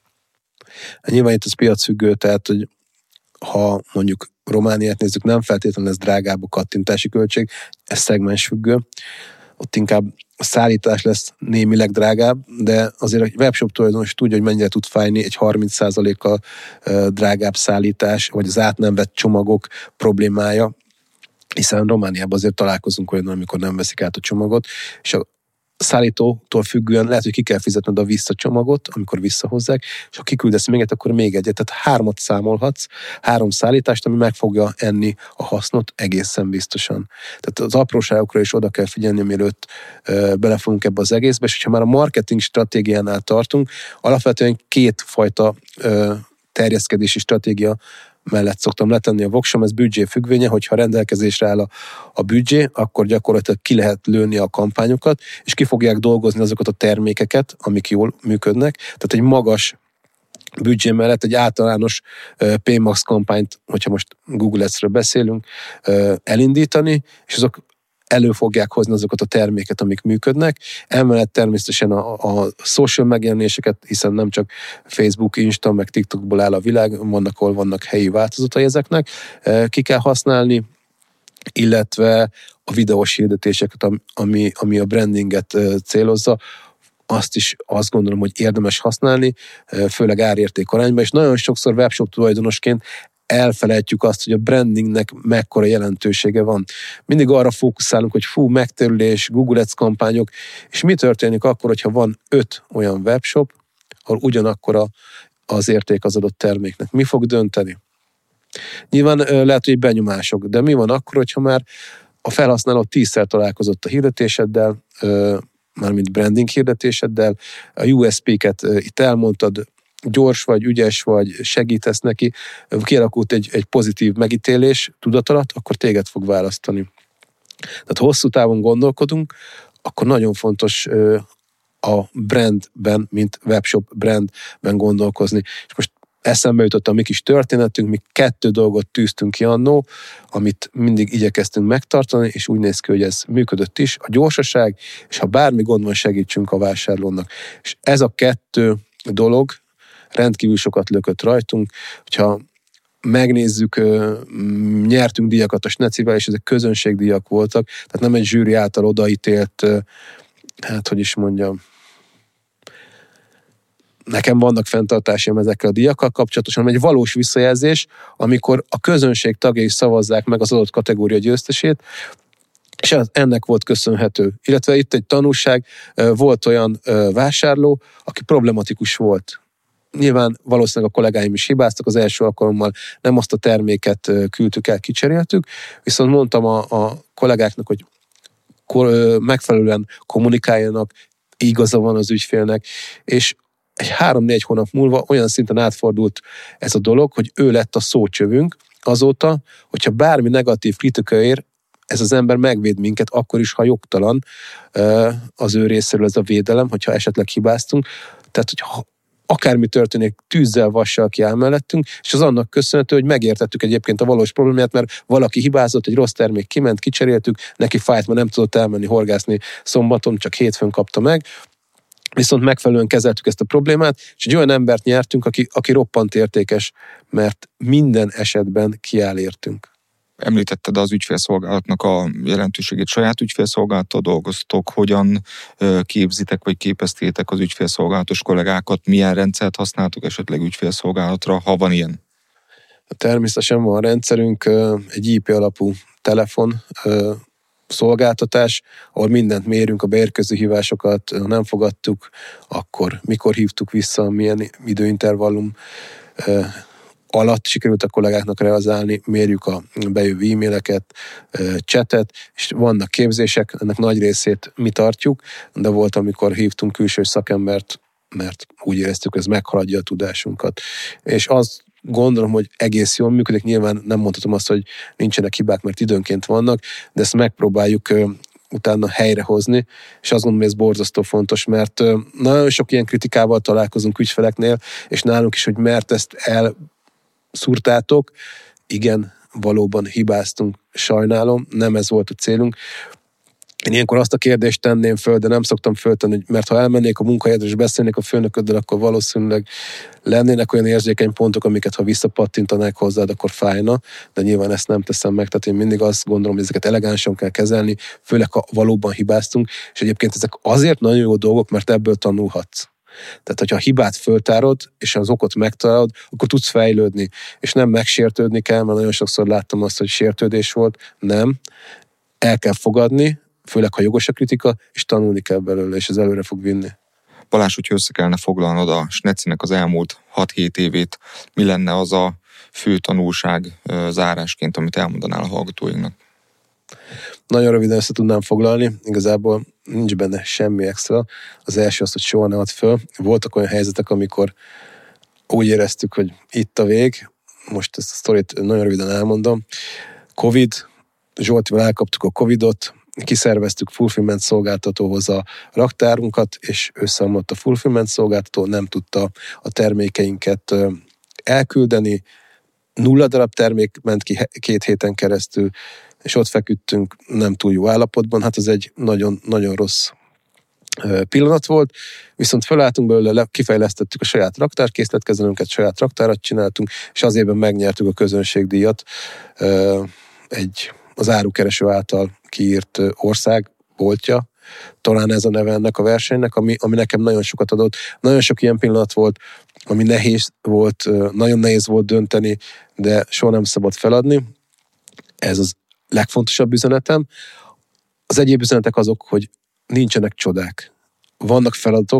Nyilván itt az piacfüggő, tehát hogy ha mondjuk Romániát nézzük, nem feltétlenül ez drágább a kattintási költség, ez szegmensfüggő. Ott inkább a szállítás lesz némileg drágább, de azért a webshop tulajdonos tudja, hogy mennyire tud fájni egy 30%-kal drágább szállítás, vagy az át nem vett csomagok problémája, hiszen Romániában azért találkozunk olyan, amikor nem veszik át a csomagot, és a szállítótól függően lehet, hogy ki kell fizetned a visszacsomagot, amikor visszahozzák, és ha kiküldesz még akkor még egyet. Tehát 3 számolhatsz, 3 szállítást, ami meg fogja enni a hasznot egészen biztosan. Tehát az apróságokra is oda kell figyelni, mielőtt belefogunk ebbe az egészbe, és ha már a marketing stratégiánál tartunk, alapvetően 2 fajta terjeszkedési stratégia mellett szoktam letenni a voksom, ez büdzsé függvénye, hogyha rendelkezésre áll a büdzsé, akkor gyakorlatilag ki lehet lőni a kampányokat, és ki fogják dolgozni azokat a termékeket, amik jól működnek. Tehát egy magas büdzsé mellett egy általános PMAX kampányt, hogyha most Google Ads-ről beszélünk, elindítani, és azok elő fogják hozni azokat a terméket, amik működnek. Emellett természetesen a social megjelenéseket, hiszen nem csak Facebook, Insta, meg TikTokból áll a világ, hol vannak helyi változatai ezeknek, ki kell használni, illetve a videós hirdetéseket, ami a brandinget célozza, azt gondolom, hogy érdemes használni, főleg árérték arányban, és nagyon sokszor webshop tulajdonosként elfelejtjük azt, hogy a brandingnek mekkora jelentősége van. Mindig arra fókuszálunk, hogy megtérülés, Google Ads kampányok, és mi történik akkor, hogyha van 5 olyan webshop, ahol ugyanakkora az érték az adott terméknek. Mi fog dönteni? Nyilván lehet, hogy benyomások, de mi van akkor, hogyha már a felhasználó 10-szer találkozott a hirdetéseddel, mármint branding hirdetéseddel, a USP-ket itt elmondtad, gyors vagy, ügyes vagy, segítesz neki, kialakult egy pozitív megítélés tudat alatt, akkor téged fog választani. Tehát hosszú távon gondolkodunk, akkor nagyon fontos a brandben, mint webshop brandben gondolkozni. És most eszembe jutott a mi kis történetünk, mi 2 dolgot tűztünk ki annó, amit mindig igyekeztünk megtartani, és úgy néz ki, hogy ez működött is, a gyorsaság, és ha bármi gond van, segítsünk a vásárlónak. És ez a 2 dolog rendkívül sokat lökött rajtunk, hogyha megnézzük, nyertünk díjakat a Snecivel, és ezek közönségdíjak voltak, tehát nem egy zsűri által odaítélt, hogy is mondjam, nekem vannak fenntartásaim ezekkel a díjakkal kapcsolatosan, hanem egy valós visszajelzés, amikor a közönség tagjai szavazzák meg az adott kategória győztesét, és ennek volt köszönhető. Illetve itt egy tanulság, volt olyan vásárló, aki problematikus volt. Nyilván valószínűleg a kollégáim is hibáztak, az első alkalommal nem azt a terméket küldtük el, kicseréltük, viszont mondtam a kollégáknak, hogy megfelelően kommunikáljanak, igaza van az ügyfélnek, és egy 3-4 hónap múlva olyan szinten átfordult ez a dolog, hogy ő lett a szócsövünk azóta, hogyha bármi negatív kritika ér, ez az ember megvéd minket, akkor is, ha jogtalan az ő részéről ez a védelem, hogyha esetleg hibáztunk. Tehát, hogy akármi történik, tűzzel, vassal kiáll mellettünk, és az annak köszönhető, hogy megértettük egyébként a valós problémát, mert valaki hibázott, egy rossz termék kiment, kicseréltük, neki fájt, mert nem tudott elmenni horgászni szombaton, csak hétfőn kapta meg, viszont megfelelően kezeltük ezt a problémát, és egy olyan embert nyertünk, aki roppant értékes, mert minden esetben kiáll értünk. Említetted az ügyfélszolgálatnak a jelentőségét, saját ügyfélszolgálattal dolgoztok, hogyan képzitek vagy képeztétek az ügyfélszolgálatos kollégákat, milyen rendszert használtok esetleg ügyfélszolgálatra, ha van ilyen? Természetesen van a rendszerünk, egy IP alapú telefon szolgáltatás, ahol mindent mérünk, a beérkező hívásokat, ha nem fogadtuk, akkor mikor hívtuk vissza, milyen időintervallum alatt sikerült a kollégáknak realizálni, mérjük a bejövő e-maileket, chatet, és vannak képzések, ennek nagy részét mi tartjuk, de volt, amikor hívtunk külső szakembert, mert úgy éreztük, hogy ez meghaladja a tudásunkat. És azt gondolom, hogy egész jól működik, nyilván nem mondhatom azt, hogy nincsenek hibák, mert időnként vannak, de ezt megpróbáljuk utána helyrehozni, és azt gondolom, hogy ez borzasztó fontos, mert nagyon sok ilyen kritikával találkozunk ügyfeleknél, és nálunk is, hogy mert ezt elszúrtátok, igen, valóban hibáztunk, sajnálom, nem ez volt a célunk. Én ilyenkor azt a kérdést tenném föl, de nem szoktam föltenni, mert ha elmennék a munkahelyedre és beszélnék a főnököddel, akkor valószínűleg lennének olyan érzékeny pontok, amiket ha visszapattintanák hozzád, akkor fájna, de nyilván ezt nem teszem meg, tehát én mindig azt gondolom, hogy ezeket elegánsan kell kezelni, főleg ha valóban hibáztunk, és egyébként ezek azért nagyon jó dolgok, mert ebből tanulhatsz. Tehát, hogyha a hibát föltárod, és az okot megtalálod, akkor tudsz fejlődni, és nem megsértődni kell, mert nagyon sokszor láttam azt, hogy sértődés volt, nem, el kell fogadni, főleg ha jogos a kritika, és tanulni kell belőle, és ez előre fog vinni. Balázs, hogyha össze kellene foglalnod a Snecinek az elmúlt 6-7 évét, mi lenne az a fő tanulság zárásként, amit elmondanál a hallgatóinknak? Nagyon röviden össze tudnám foglalni, igazából nincs benne semmi extra. Az első az, hogy soha ne add föl. Voltak olyan helyzetek, amikor úgy éreztük, hogy itt a vég, most ezt a sztorit nagyon röviden elmondom. Covid, Zsoltival elkaptuk a Covidot, kiszerveztük fulfillment szolgáltatóhoz a raktárunkat, és összeomlott a fulfillment szolgáltató, nem tudta a termékeinket elküldeni, 0 darab termék ment ki 2 héten keresztül, és ott feküdtünk nem túl jó állapotban, hát ez egy nagyon, nagyon rossz pillanat volt, viszont felálltunk belőle, kifejlesztettük a saját raktárkészletkezelőnket, saját raktárat csináltunk, és azért megnyertük a közönségdíjat az árukereső által kiírt ország boltja, talán ez a neve ennek a versenynek, ami nekem nagyon sokat adott. Nagyon sok ilyen pillanat volt, ami nehéz volt, nagyon nehéz volt dönteni, de soha nem szabad feladni. Ez az legfontosabb üzenetem. Az egyéb üzenetek azok, hogy nincsenek csodák. Vannak feladatok,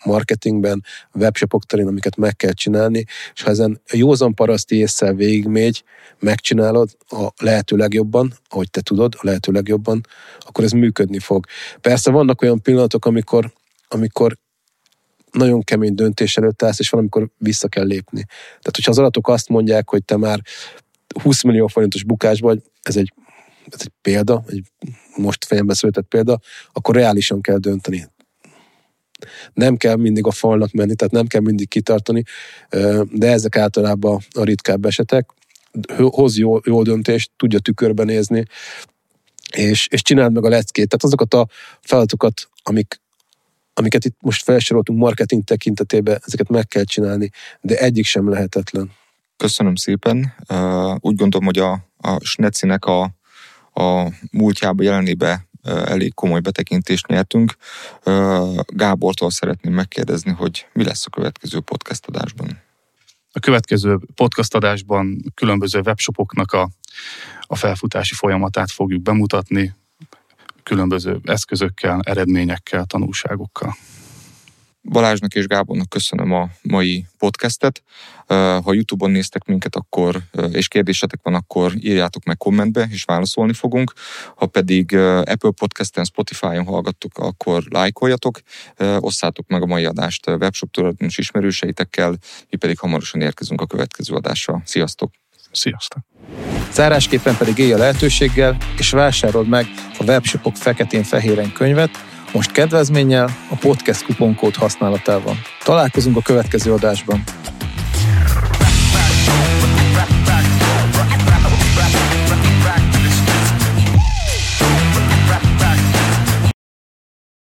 marketingben, webshopok terén, amiket meg kell csinálni, és ha ezen józan paraszti ésszel végigmegy, megcsinálod a lehető legjobban, ahogy te tudod, a lehető legjobban, akkor ez működni fog. Persze vannak olyan pillanatok, amikor nagyon kemény döntés előtt állsz, és valamikor vissza kell lépni. Tehát, hogyha az adatok azt mondják, hogy te már 20 millió forintos bukás vagy, ez egy példa, egy most fejembe született példa, akkor reálisan kell dönteni. Nem kell mindig a falnak menni, tehát nem kell mindig kitartani, de ezek általában a ritkább esetek. Hoz jó döntést, tudja tükörben nézni, és csináld meg a leckét. Tehát azokat a feladatokat, amiket itt most felsoroltunk marketing tekintetében, ezeket meg kell csinálni, de egyik sem lehetetlen. Köszönöm szépen. Úgy gondolom, hogy a Snecinek a múltjába, jelenébe elég komoly betekintést nyertünk. Gábortól szeretném megkérdezni, hogy mi lesz a következő podcast adásban. A következő podcast adásban különböző webshopoknak a felfutási folyamatát fogjuk bemutatni, különböző eszközökkel, eredményekkel, tanulságokkal. Balázsnak és Gábornak köszönöm a mai podcastet. Ha YouTube-on néztek minket, és kérdésetek van, akkor írjátok meg kommentbe, és válaszolni fogunk. Ha pedig Apple Podcasten, Spotify-on hallgattok, akkor lájkoljatok, osszátok meg a mai adást webshop tulajdonos ismerőseitekkel, mi pedig hamarosan érkezünk a következő adásra. Sziasztok! Sziasztok! Zárásképpen pedig élj a lehetőséggel, és vásárold meg a Webshopok feketén-fehéren könyvet, most kedvezménnyel, a podcast kuponkód használatával. Találkozunk a következő adásban.